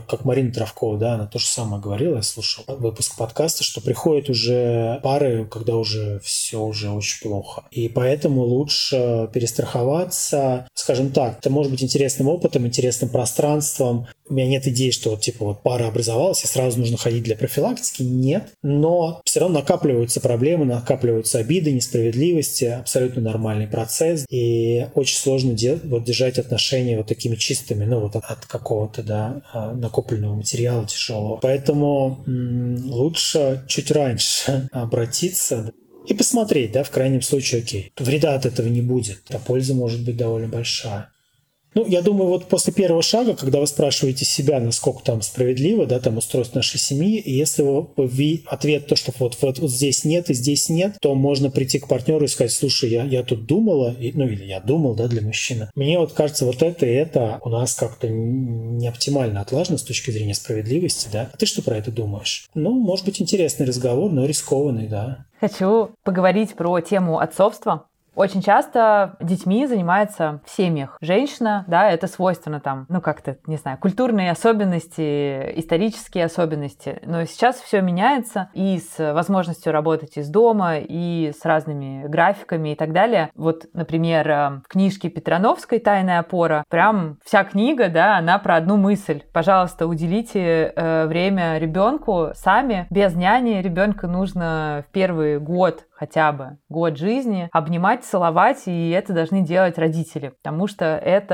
как, как Марина Травкова, да, она то же самое говорила, я слушал выпуск подкаста, что приходят уже пары, когда уже все уже очень плохо. И поэтому лучше перестраховаться, скажем так, это может быть интересным опытом, интересным пространством. У меня нет идеи, что вот, типа вот пара образовалась и сразу нужно ходить для профилактики. Нет. Но все равно накапливаются проблемы, накапливаются обиды, несправедливости. Абсолютно нормальный процесс. И очень сложно де- вот, держать отношения вот такими чистыми, ну вот от, от какого-то, да, накопленного материала тяжелого. Поэтому м- лучше чуть раньше обратиться и посмотреть, да, в крайнем случае, окей. Вреда от этого не будет, а польза может быть довольно большая. Ну, я думаю, вот после первого шага, когда вы спрашиваете себя, насколько там справедливо, да, там устройство нашей семьи, и если вы, ответ то, что вот, вот, вот здесь нет и здесь нет, то можно прийти к партнеру и сказать, слушай, я, я тут думала, и, ну, или я думал, да, для мужчины. Мне вот кажется, вот это и это у нас как-то не оптимально отлажено с точки зрения справедливости, да. А ты что про это думаешь? Ну, может быть, интересный разговор, но рискованный, да. Хочу поговорить про тему отцовства. Очень часто детьми занимается в семьях женщина, да, это свойственно там, ну как-то, не знаю, культурные особенности, исторические особенности. Но сейчас все меняется и с возможностью работать из дома, и с разными графиками и так далее. Вот, например, в книжке Петрановской «Тайная опора» прям вся книга, да, она про одну мысль. Пожалуйста, уделите э, время ребенку сами. Без няни ребенка нужно в первый год хотя бы год жизни, обнимать, целовать, и это должны делать родители, потому что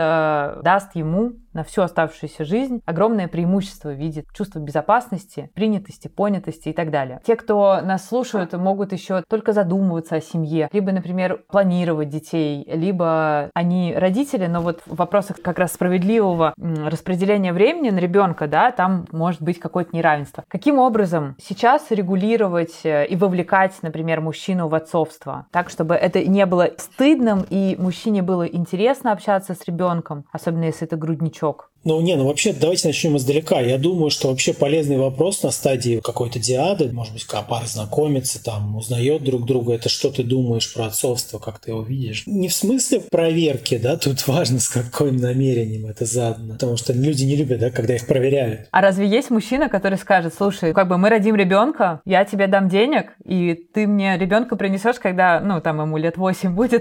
это даст ему на всю оставшуюся жизнь огромное преимущество в виде чувства безопасности, принятости, понятости и так далее. Те, кто нас слушают, могут еще только задумываться о семье, либо, например, планировать детей, либо они родители, но вот в вопросах как раз справедливого распределения времени на ребенка, да, там может быть какое-то неравенство. Каким образом сейчас регулировать и вовлекать, например, мужчину в отцовство, так, чтобы это не было стыдным и мужчине было интересно общаться с ребенком, особенно если это грудничок? Ну, не, ну вообще давайте начнем издалека. Я думаю, что вообще полезный вопрос на стадии какой-то диады, может быть, когда пара знакомится, там, узнает друг друга, это что ты думаешь про отцовство, как ты его видишь. Не в смысле проверки, да, тут важно, с каким намерением это задано, потому что люди не любят, да, когда их проверяют. А разве есть мужчина, который скажет, слушай, как бы мы родим ребенка, я тебе дам денег, и ты мне ребенка принесешь, когда, ну, там, ему лет восемь будет?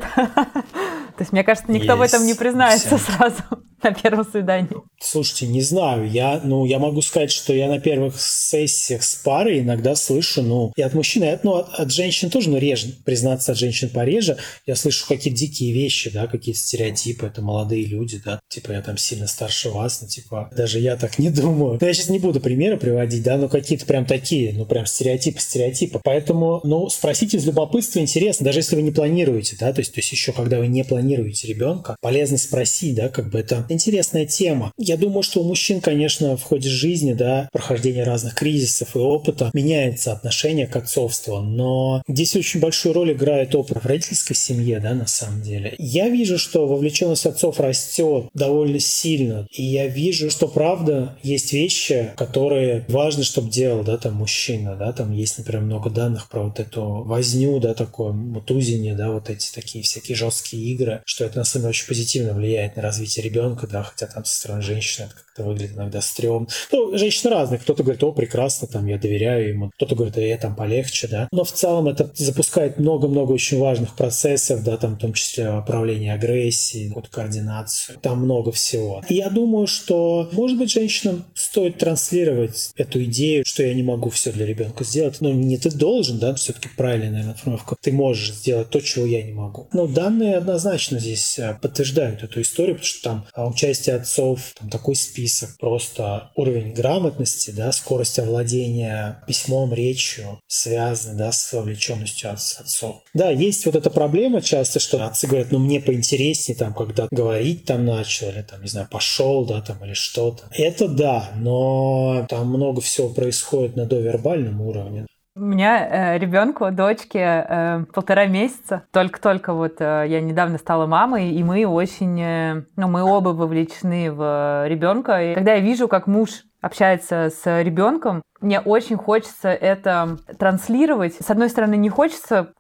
То есть, мне кажется, никто есть в этом не признается всякие. Сразу на первом свидании. Слушайте, не знаю, я, ну, я могу сказать, что я на первых сессиях с парой иногда слышу, ну, и от мужчин, и от, ну, от, от женщин тоже, но реже, признаться, от женщин пореже, я слышу какие-то дикие вещи, да, какие-то стереотипы, это молодые люди, да, типа я там сильно старше вас, ну, типа, даже я так не думаю. Но я сейчас не буду примеры приводить, да, но какие-то прям такие, ну, прям стереотипы, стереотипы. Поэтому, ну, спросите из любопытства, интересно, даже если вы не планируете, да, то есть, то есть еще когда вы не планируете ребенка, полезно спросить, да, как бы это интересная тема. Я думаю, что у мужчин, конечно, в ходе жизни, да, прохождения разных кризисов и опыта меняется отношение к отцовству, но здесь очень большую роль играет опыт в родительской семье, да, на самом деле. Я вижу, что вовлеченность отцов растет довольно сильно, и я вижу, что, правда, есть вещи, которые важно, чтобы делал, да, там, мужчина, да, там есть, например, много данных про вот эту возню, да, такое мутузение, да, вот эти такие всякие жесткие игры, что это, на самом деле, очень позитивно влияет на развитие ребенка, да, хотя там со стороны женщины это как-то выглядит иногда стрёмно. Ну, женщины разные. Кто-то говорит, о, прекрасно, там, я доверяю ему. Кто-то говорит, э, там полегче, да. Но в целом это запускает много-много очень важных процессов, да, там, в том числе управление агрессией, какую-то координацию. Там много всего. И я думаю, что, может быть, женщинам стоит транслировать эту идею, что я не могу все для ребенка сделать. Ну, не ты должен, да, все-таки правильная, наверное, формулировка. Ты можешь сделать то, чего я не могу. Но данные однозначно здесь подтверждают эту историю, потому что там участие отцов, там такой список, просто уровень грамотности, да, скорость овладения письмом, речью связаны, да, с вовлеченностью отцов. Да, есть вот эта проблема часто, что отцы говорят, ну, мне поинтереснее, там, когда говорить там начал, или там, не знаю, пошел, да, там, или что-то. Это да, но там много всего происходит на довербальном уровне. У меня э, ребенку, дочке, э, полтора месяца. Только-только вот э, я недавно стала мамой, и мы очень, э, ну, мы оба вовлечены в э, ребенка. И когда я вижу, как муж общается с ребенком, мне очень хочется это транслировать. С одной стороны, не хочется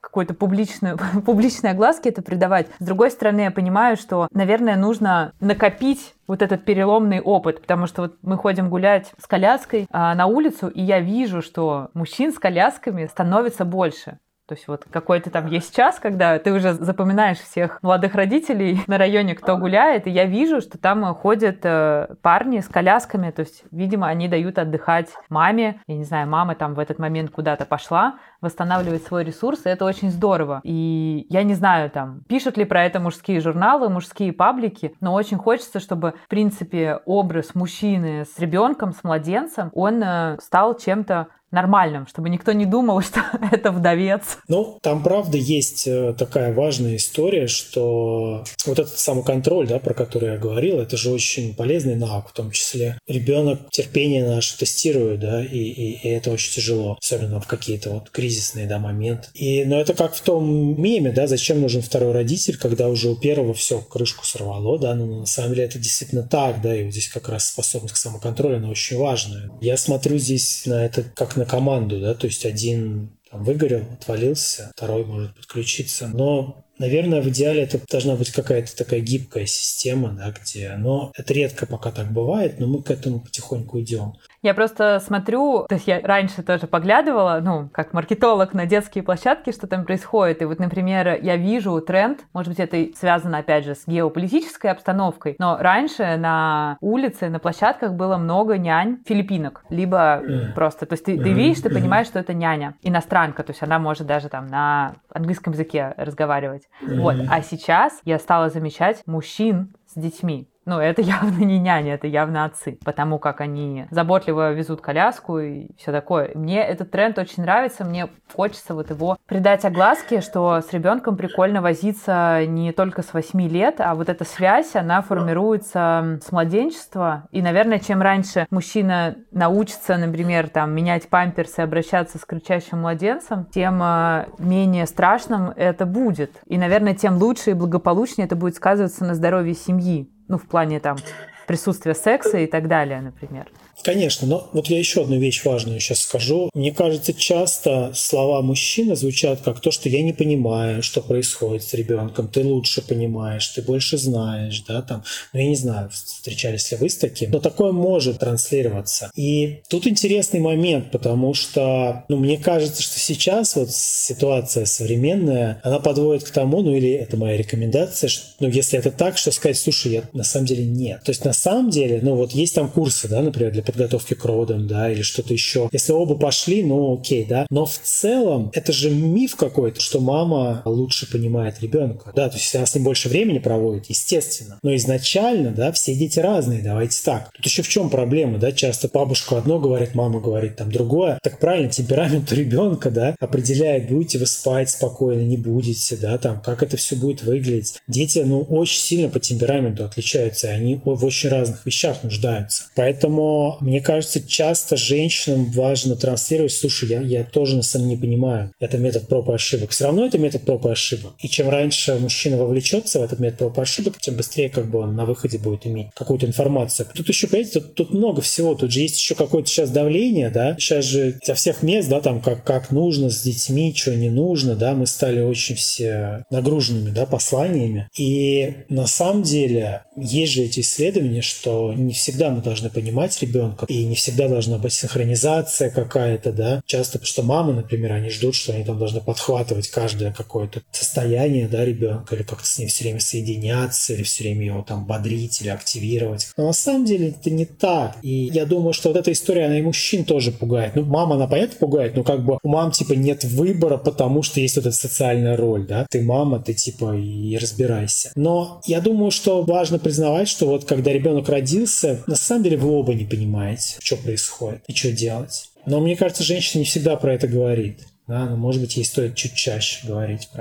какой-то публичную, публичной огласке это придавать. С другой стороны, я понимаю, что, наверное, нужно накопить вот этот переломный опыт, потому что вот мы ходим гулять с коляской а, на улицу, и я вижу, что мужчин с колясками становится больше. То есть вот какой-то там есть час, когда ты уже запоминаешь всех молодых родителей на районе, кто гуляет, и я вижу, что там ходят э, парни с колясками, то есть, видимо, они дают отдыхать маме, я не знаю, мама там в этот момент куда-то пошла, восстанавливать свой ресурс, и это очень здорово. И я не знаю, там, пишут ли про это мужские журналы, мужские паблики, но очень хочется, чтобы, в принципе, образ мужчины с ребенком, с младенцем, он э, стал чем-то нормальным, чтобы никто не думал, что это вдовец. Ну, там, правда, есть такая важная история, что вот этот самоконтроль, да, про который я говорил, это же очень полезный навык, в том числе. Ребенок терпение наше тестирует, да, и, и, и это очень тяжело, особенно в какие-то вот кризисные, да, моменты. И, но это как в том меме, да, зачем нужен второй родитель, когда уже у первого все, крышку сорвало, да, но на самом деле это действительно так, да, и вот здесь как раз способность к самоконтролю, она очень важная. Я смотрю здесь на это как на команду, да, то есть один там выгорел, отвалился, второй может подключиться, но, наверное, в идеале это должна быть какая-то такая гибкая система, да, где, но это редко пока так бывает, но мы к этому потихоньку идем. Я просто смотрю, то есть я раньше тоже поглядывала, ну, как маркетолог на детские площадки, что там происходит. И вот, например, я вижу тренд, может быть, это связано, опять же, с геополитической обстановкой, но раньше на улице, на площадках было много нянь филиппинок, либо mm. просто, то есть ты, ты видишь, ты понимаешь, что это няня, иностранка, то есть она может даже там на английском языке разговаривать. Mm. Вот. А сейчас я стала замечать мужчин с детьми. Ну, это явно не няня, это явно отцы, потому как они заботливо везут коляску и все такое. Мне этот тренд очень нравится, мне хочется вот его придать огласке, что с ребенком прикольно возиться не только с восьми лет, а вот эта связь, она формируется с младенчества. И, наверное, чем раньше мужчина научится, например, там, менять памперсы и обращаться с кричащим младенцем, тем менее страшным это будет. И, наверное, тем лучше и благополучнее это будет сказываться на здоровье семьи. Ну, в плане там присутствия секса и так далее, например. Конечно, но вот я еще одну вещь важную сейчас скажу. Мне кажется, часто слова мужчины звучат как то, что я не понимаю, что происходит с ребенком, ты лучше понимаешь, ты больше знаешь, да, там, ну, я не знаю, встречались ли вы с таким, но такое может транслироваться. И тут интересный момент, потому что, ну, мне кажется, что сейчас вот ситуация современная, она подводит к тому, ну, или это моя рекомендация, что, ну, если это так, что сказать, слушай, я на самом деле нет. То есть на самом деле, ну, вот есть там курсы, да, например, для подготовки к родам, да, или что-то еще. Если оба пошли, ну окей, да. Но в целом это же миф какой-то, что мама лучше понимает ребенка, да, то есть если она с ним больше времени проводит, естественно. Но изначально, да, все дети разные, давайте так. Тут еще в чем проблема, да, часто бабушка одно говорит, мама говорит там другое. Так правильно, темперамент у ребенка, да, определяет, будете вы спать спокойно, не будете, да, там, как это все будет выглядеть. Дети, ну, очень сильно по темпераменту отличаются, и они в очень разных вещах нуждаются. Поэтому мне кажется, часто женщинам важно транслировать, слушай, я, я тоже на самом деле не понимаю, это метод проб и ошибок. Все равно это метод проб и ошибок. И чем раньше мужчина вовлечется в этот метод проб и ошибок, тем быстрее как бы он на выходе будет иметь какую-то информацию. Тут еще, понимаете, тут, тут много всего. Тут же есть еще какое-то сейчас давление, да. Сейчас же со всех мест, да, там как, как нужно с детьми, что не нужно, да, мы стали очень все нагруженными, да, посланиями. И на самом деле есть же эти исследования, что не всегда мы должны понимать ребенка, и не всегда должна быть синхронизация какая-то, да. Часто, потому что мамы, например, они ждут, что они там должны подхватывать каждое какое-то состояние, да, ребенка, или как-то с ним все время соединяться, или все время его там бодрить или активировать. Но на самом деле это не так. И я думаю, что вот эта история, она и мужчин тоже пугает. Ну, мама, она, понятно, пугает, но как бы у мам, типа, нет выбора, потому что есть вот эта социальная роль, да. Ты мама, ты, типа, и разбирайся. Но я думаю, что важно признавать, что вот когда ребенок родился, на самом деле вы оба не понимаете, что происходит и что делать. Но мне кажется, женщина не всегда про это говорит. Да? Но, может быть, ей стоит чуть чаще говорить про это.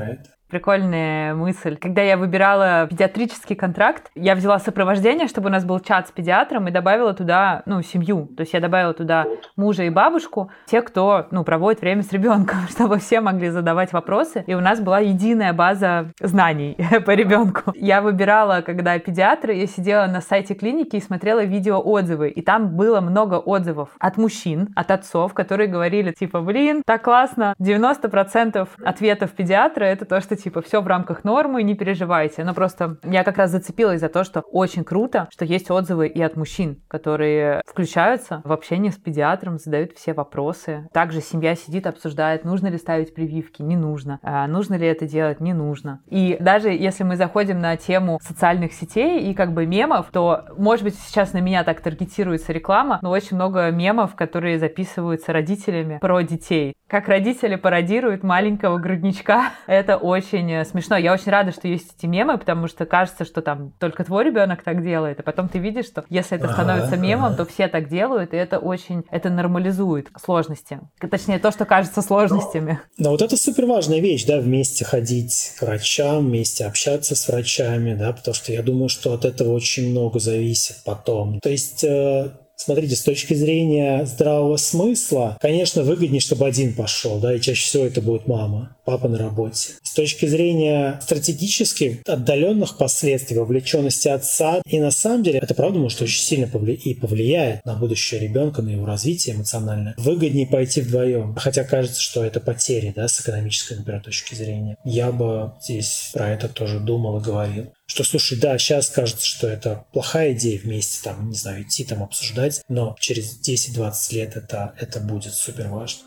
Прикольная мысль. Когда я выбирала педиатрический контракт, я взяла сопровождение, чтобы у нас был чат с педиатром, и добавила туда, ну, семью. То есть я добавила туда мужа и бабушку, те, кто, ну, проводит время с ребенком, чтобы все могли задавать вопросы. И у нас была единая база знаний по ребенку. Я выбирала, когда педиатры, я сидела на сайте клиники и смотрела видеоотзывы. И там было много отзывов от мужчин, от отцов, которые говорили, типа, блин, так классно. девяносто процентов ответов педиатра — это то, что типа все в рамках нормы, не переживайте. Но просто я как раз зацепилась за то, что очень круто, что есть отзывы и от мужчин, которые включаются в общение с педиатром, задают все вопросы. Также семья сидит, обсуждает, нужно ли ставить прививки, не нужно. А нужно ли это делать, не нужно. И даже если мы заходим на тему социальных сетей и как бы мемов, то, может быть, сейчас на меня так таргетируется реклама, но очень много мемов, которые записываются родителями про детей. Как родители пародируют маленького грудничка. Это очень смешно. Я очень рада, что есть эти мемы, потому что кажется, что там только твой ребенок так делает, а потом ты видишь, что если это становится мемом, то все так делают, и это очень, это нормализует сложности. Точнее, то, что кажется сложностями. Но вот это супер важная вещь, да, вместе ходить к врачам, вместе общаться с врачами, да, потому что я думаю, что от этого очень много зависит потом. То есть... Смотрите, с точки зрения здравого смысла, конечно, выгоднее, чтобы один пошел, да, и чаще всего это будет мама, папа на работе. С точки зрения стратегических, отдаленных последствий, вовлеченности отца, и на самом деле это правда может очень сильно повли- и повлияет на будущее ребенка, на его развитие эмоциональное. Выгоднее пойти вдвоем, хотя кажется, что это потери, да, с экономической, например, точки зрения. Я бы здесь про это тоже думал и говорил. Что, слушай, да, сейчас кажется, что это плохая идея вместе, там, не знаю, идти там обсуждать, но через десять-двадцать лет это, это будет супер важно.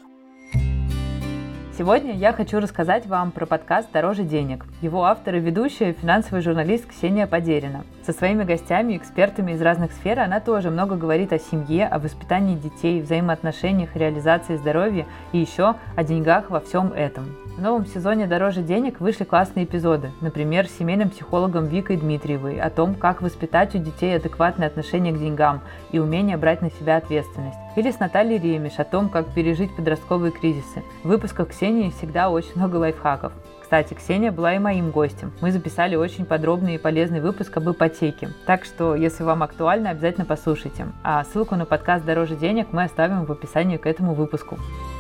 Сегодня я хочу рассказать вам про подкаст «Дороже денег». Его автор и ведущая – финансовый журналист Ксения Подерина. Со своими гостями, экспертами из разных сфер она тоже много говорит о семье, о воспитании детей, взаимоотношениях, реализации здоровья и еще о деньгах во всем этом. В новом сезоне «Дороже денег» вышли классные эпизоды, например, с семейным психологом Викой Дмитриевой о том, как воспитать у детей адекватное отношение к деньгам и умение брать на себя ответственность. Или с Натальей Ремеш о том, как пережить подростковые кризисы. В выпусках Ксении всегда очень много лайфхаков. Кстати, Ксения была и моим гостем. Мы записали очень подробный и полезный выпуск об ипотеке. Так что, если вам актуально, обязательно послушайте. А ссылку на подкаст «Дороже денег» мы оставим в описании к этому выпуску.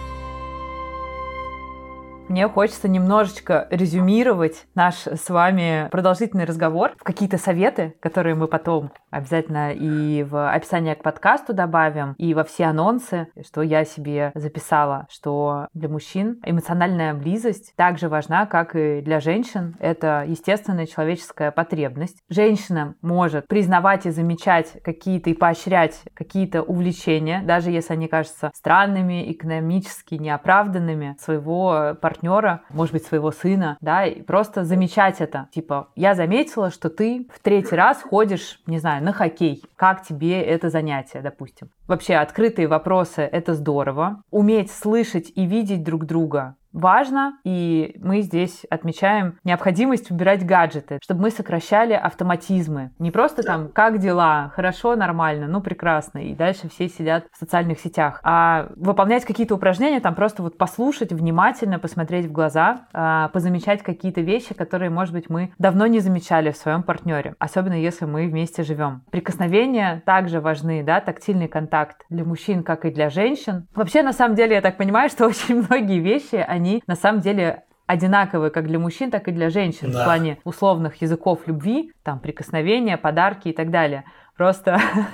Мне хочется немножечко резюмировать наш с вами продолжительный разговор в какие-то советы, которые мы потом обязательно и в описании к подкасту добавим, и во все анонсы, что я себе записала, что для мужчин эмоциональная близость так же важна, как и для женщин. Это естественная человеческая потребность. Женщина может признавать и замечать какие-то и поощрять какие-то увлечения, даже если они кажутся странными, экономически неоправданными, своего партнера, партнера, может быть, своего сына, да, и просто замечать это. Типа, я заметила, что ты в третий раз ходишь, не знаю, на хоккей. Как тебе это занятие, допустим? Вообще, открытые вопросы — это здорово. Уметь слышать и видеть друг друга важно, и мы здесь отмечаем необходимость убирать гаджеты, чтобы мы сокращали автоматизмы. Не просто там «как дела?», «хорошо?», «нормально?», «ну, прекрасно», и дальше все сидят в социальных сетях. А выполнять какие-то упражнения, там просто вот послушать, внимательно посмотреть в глаза, позамечать какие-то вещи, которые, может быть, мы давно не замечали в своем партнере, особенно если мы вместе живем. Прикосновения также важны, да, тактильный контакт для мужчин, как и для женщин. Вообще, на самом деле, я так понимаю, что очень многие вещи, они на самом деле одинаковые как для мужчин, так и для женщин, да, в плане условных языков любви, там прикосновения, подарки и так далее. Просто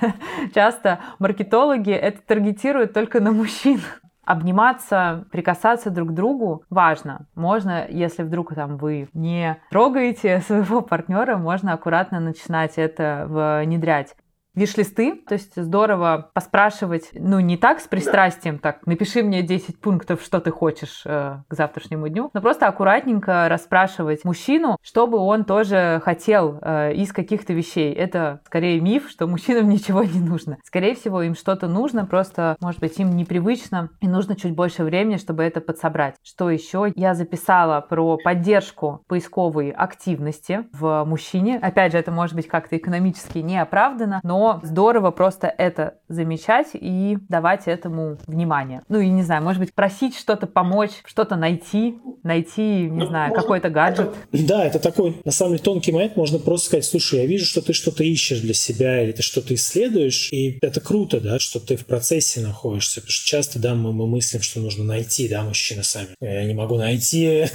часто маркетологи это таргетируют только на мужчин. Обниматься, прикасаться друг к другу важно. Можно, если вдруг там вы не трогаете своего партнера, можно аккуратно начинать это внедрять. Виш-листы, то есть здорово поспрашивать, ну, не так с пристрастием, так, напиши мне десять пунктов, что ты хочешь э, к завтрашнему дню, но просто аккуратненько расспрашивать мужчину, что бы он тоже хотел э, из каких-то вещей. Это скорее миф, что мужчинам ничего не нужно. Скорее всего, им что-то нужно, просто, может быть, им непривычно, и нужно чуть больше времени, чтобы это подсобрать. Что еще? Я записала про поддержку поисковой активности в мужчине. Опять же, это может быть как-то экономически неоправданно, но но здорово просто это замечать и давать этому внимание. Ну и, не знаю, может быть, просить что-то помочь, что-то найти, найти, не знаю, какой-то гаджет. Да, это такой, на самом деле, тонкий момент. Можно просто сказать: слушай, я вижу, что ты что-то ищешь для себя, или ты что-то исследуешь, и это круто, да, что ты в процессе находишься. Потому что часто, да, мы, мы мыслим, что нужно найти, да, мужчины сами. Я не могу найти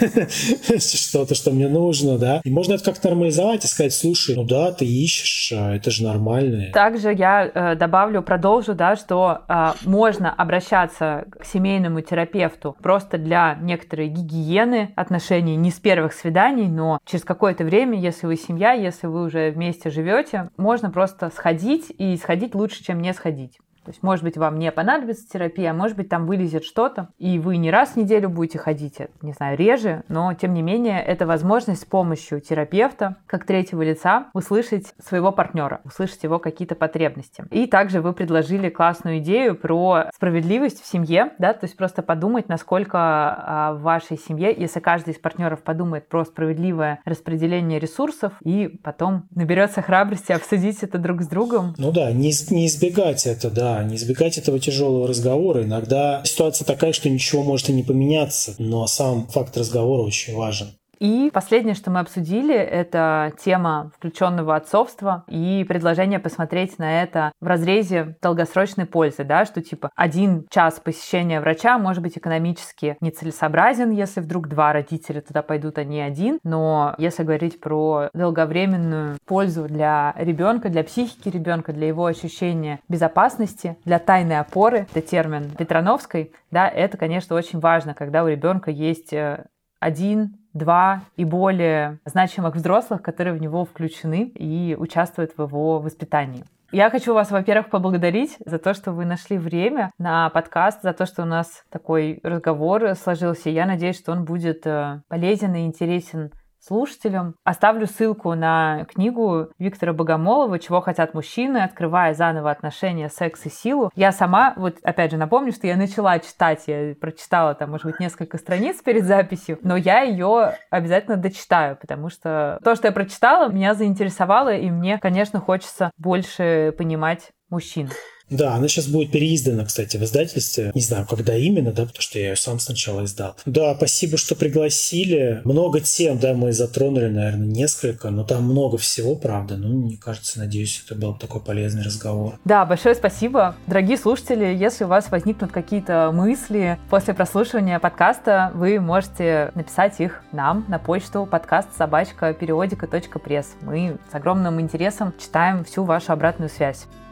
что-то, что мне нужно, да. И можно это как-то нормализовать и сказать: слушай, ну да, ты ищешь, это же нормально. Также я э, добавлю, продолжу, да, что э, можно обращаться к семейному терапевту просто для некоторой гигиены отношений, не с первых свиданий, но через какое-то время, если вы семья, если вы уже вместе живете, можно просто сходить, и сходить лучше, чем не сходить. То есть, может быть, вам не понадобится терапия, а может быть, там вылезет что-то, и вы не раз в неделю будете ходить, не знаю, реже, но, тем не менее, это возможность с помощью терапевта, как третьего лица, услышать своего партнера, услышать его какие-то потребности. И также вы предложили классную идею про справедливость в семье, да, то есть просто подумать, насколько а, в вашей семье, если каждый из партнеров подумает про справедливое распределение ресурсов, и потом наберется храбрости обсудить это друг с другом. Ну да, не, не избегать это, да. Не избегать этого тяжелого разговора. Иногда ситуация такая, что ничего может и не поменяться, но сам факт разговора очень важен. И последнее, что мы обсудили, это тема включенного отцовства и предложение посмотреть на это в разрезе долгосрочной пользы, да, что типа один час посещения врача может быть экономически нецелесообразен, если вдруг два родителя туда пойдут, а не один, но если говорить про долговременную пользу для ребенка, для психики ребенка, для его ощущения безопасности, для тайной опоры, это термин Петрановской, да, это, конечно, очень важно, когда у ребенка есть один, два и более значимых взрослых, которые в него включены и участвуют в его воспитании. Я хочу вас, во-первых, поблагодарить за то, что вы нашли время на подкаст, за то, что у нас такой разговор сложился. Я надеюсь, что он будет полезен и интересен слушателям. Оставлю ссылку на книгу Виктора Богомолова «Чего хотят мужчины. Открывая заново отношения, секс и силу». Я сама, вот опять же напомню, что я начала читать, я прочитала там, может быть, несколько страниц перед записью, но я ее обязательно дочитаю, потому что то, что я прочитала, меня заинтересовало, и мне, конечно, хочется больше понимать мужчин. Да, она сейчас будет переиздана, кстати, в издательстве. Не знаю, когда именно, да, потому что я ее сам сначала издал. Да, спасибо, что пригласили. Много тем, да, мы затронули, наверное, несколько, но там много всего, правда. Ну, мне кажется, надеюсь, это был такой полезный разговор. Да, большое спасибо. Дорогие слушатели, если у вас возникнут какие-то мысли после прослушивания подкаста, вы можете написать их нам на почту подкаст собачка периодика точка пресс. Мы с огромным интересом читаем всю вашу обратную связь.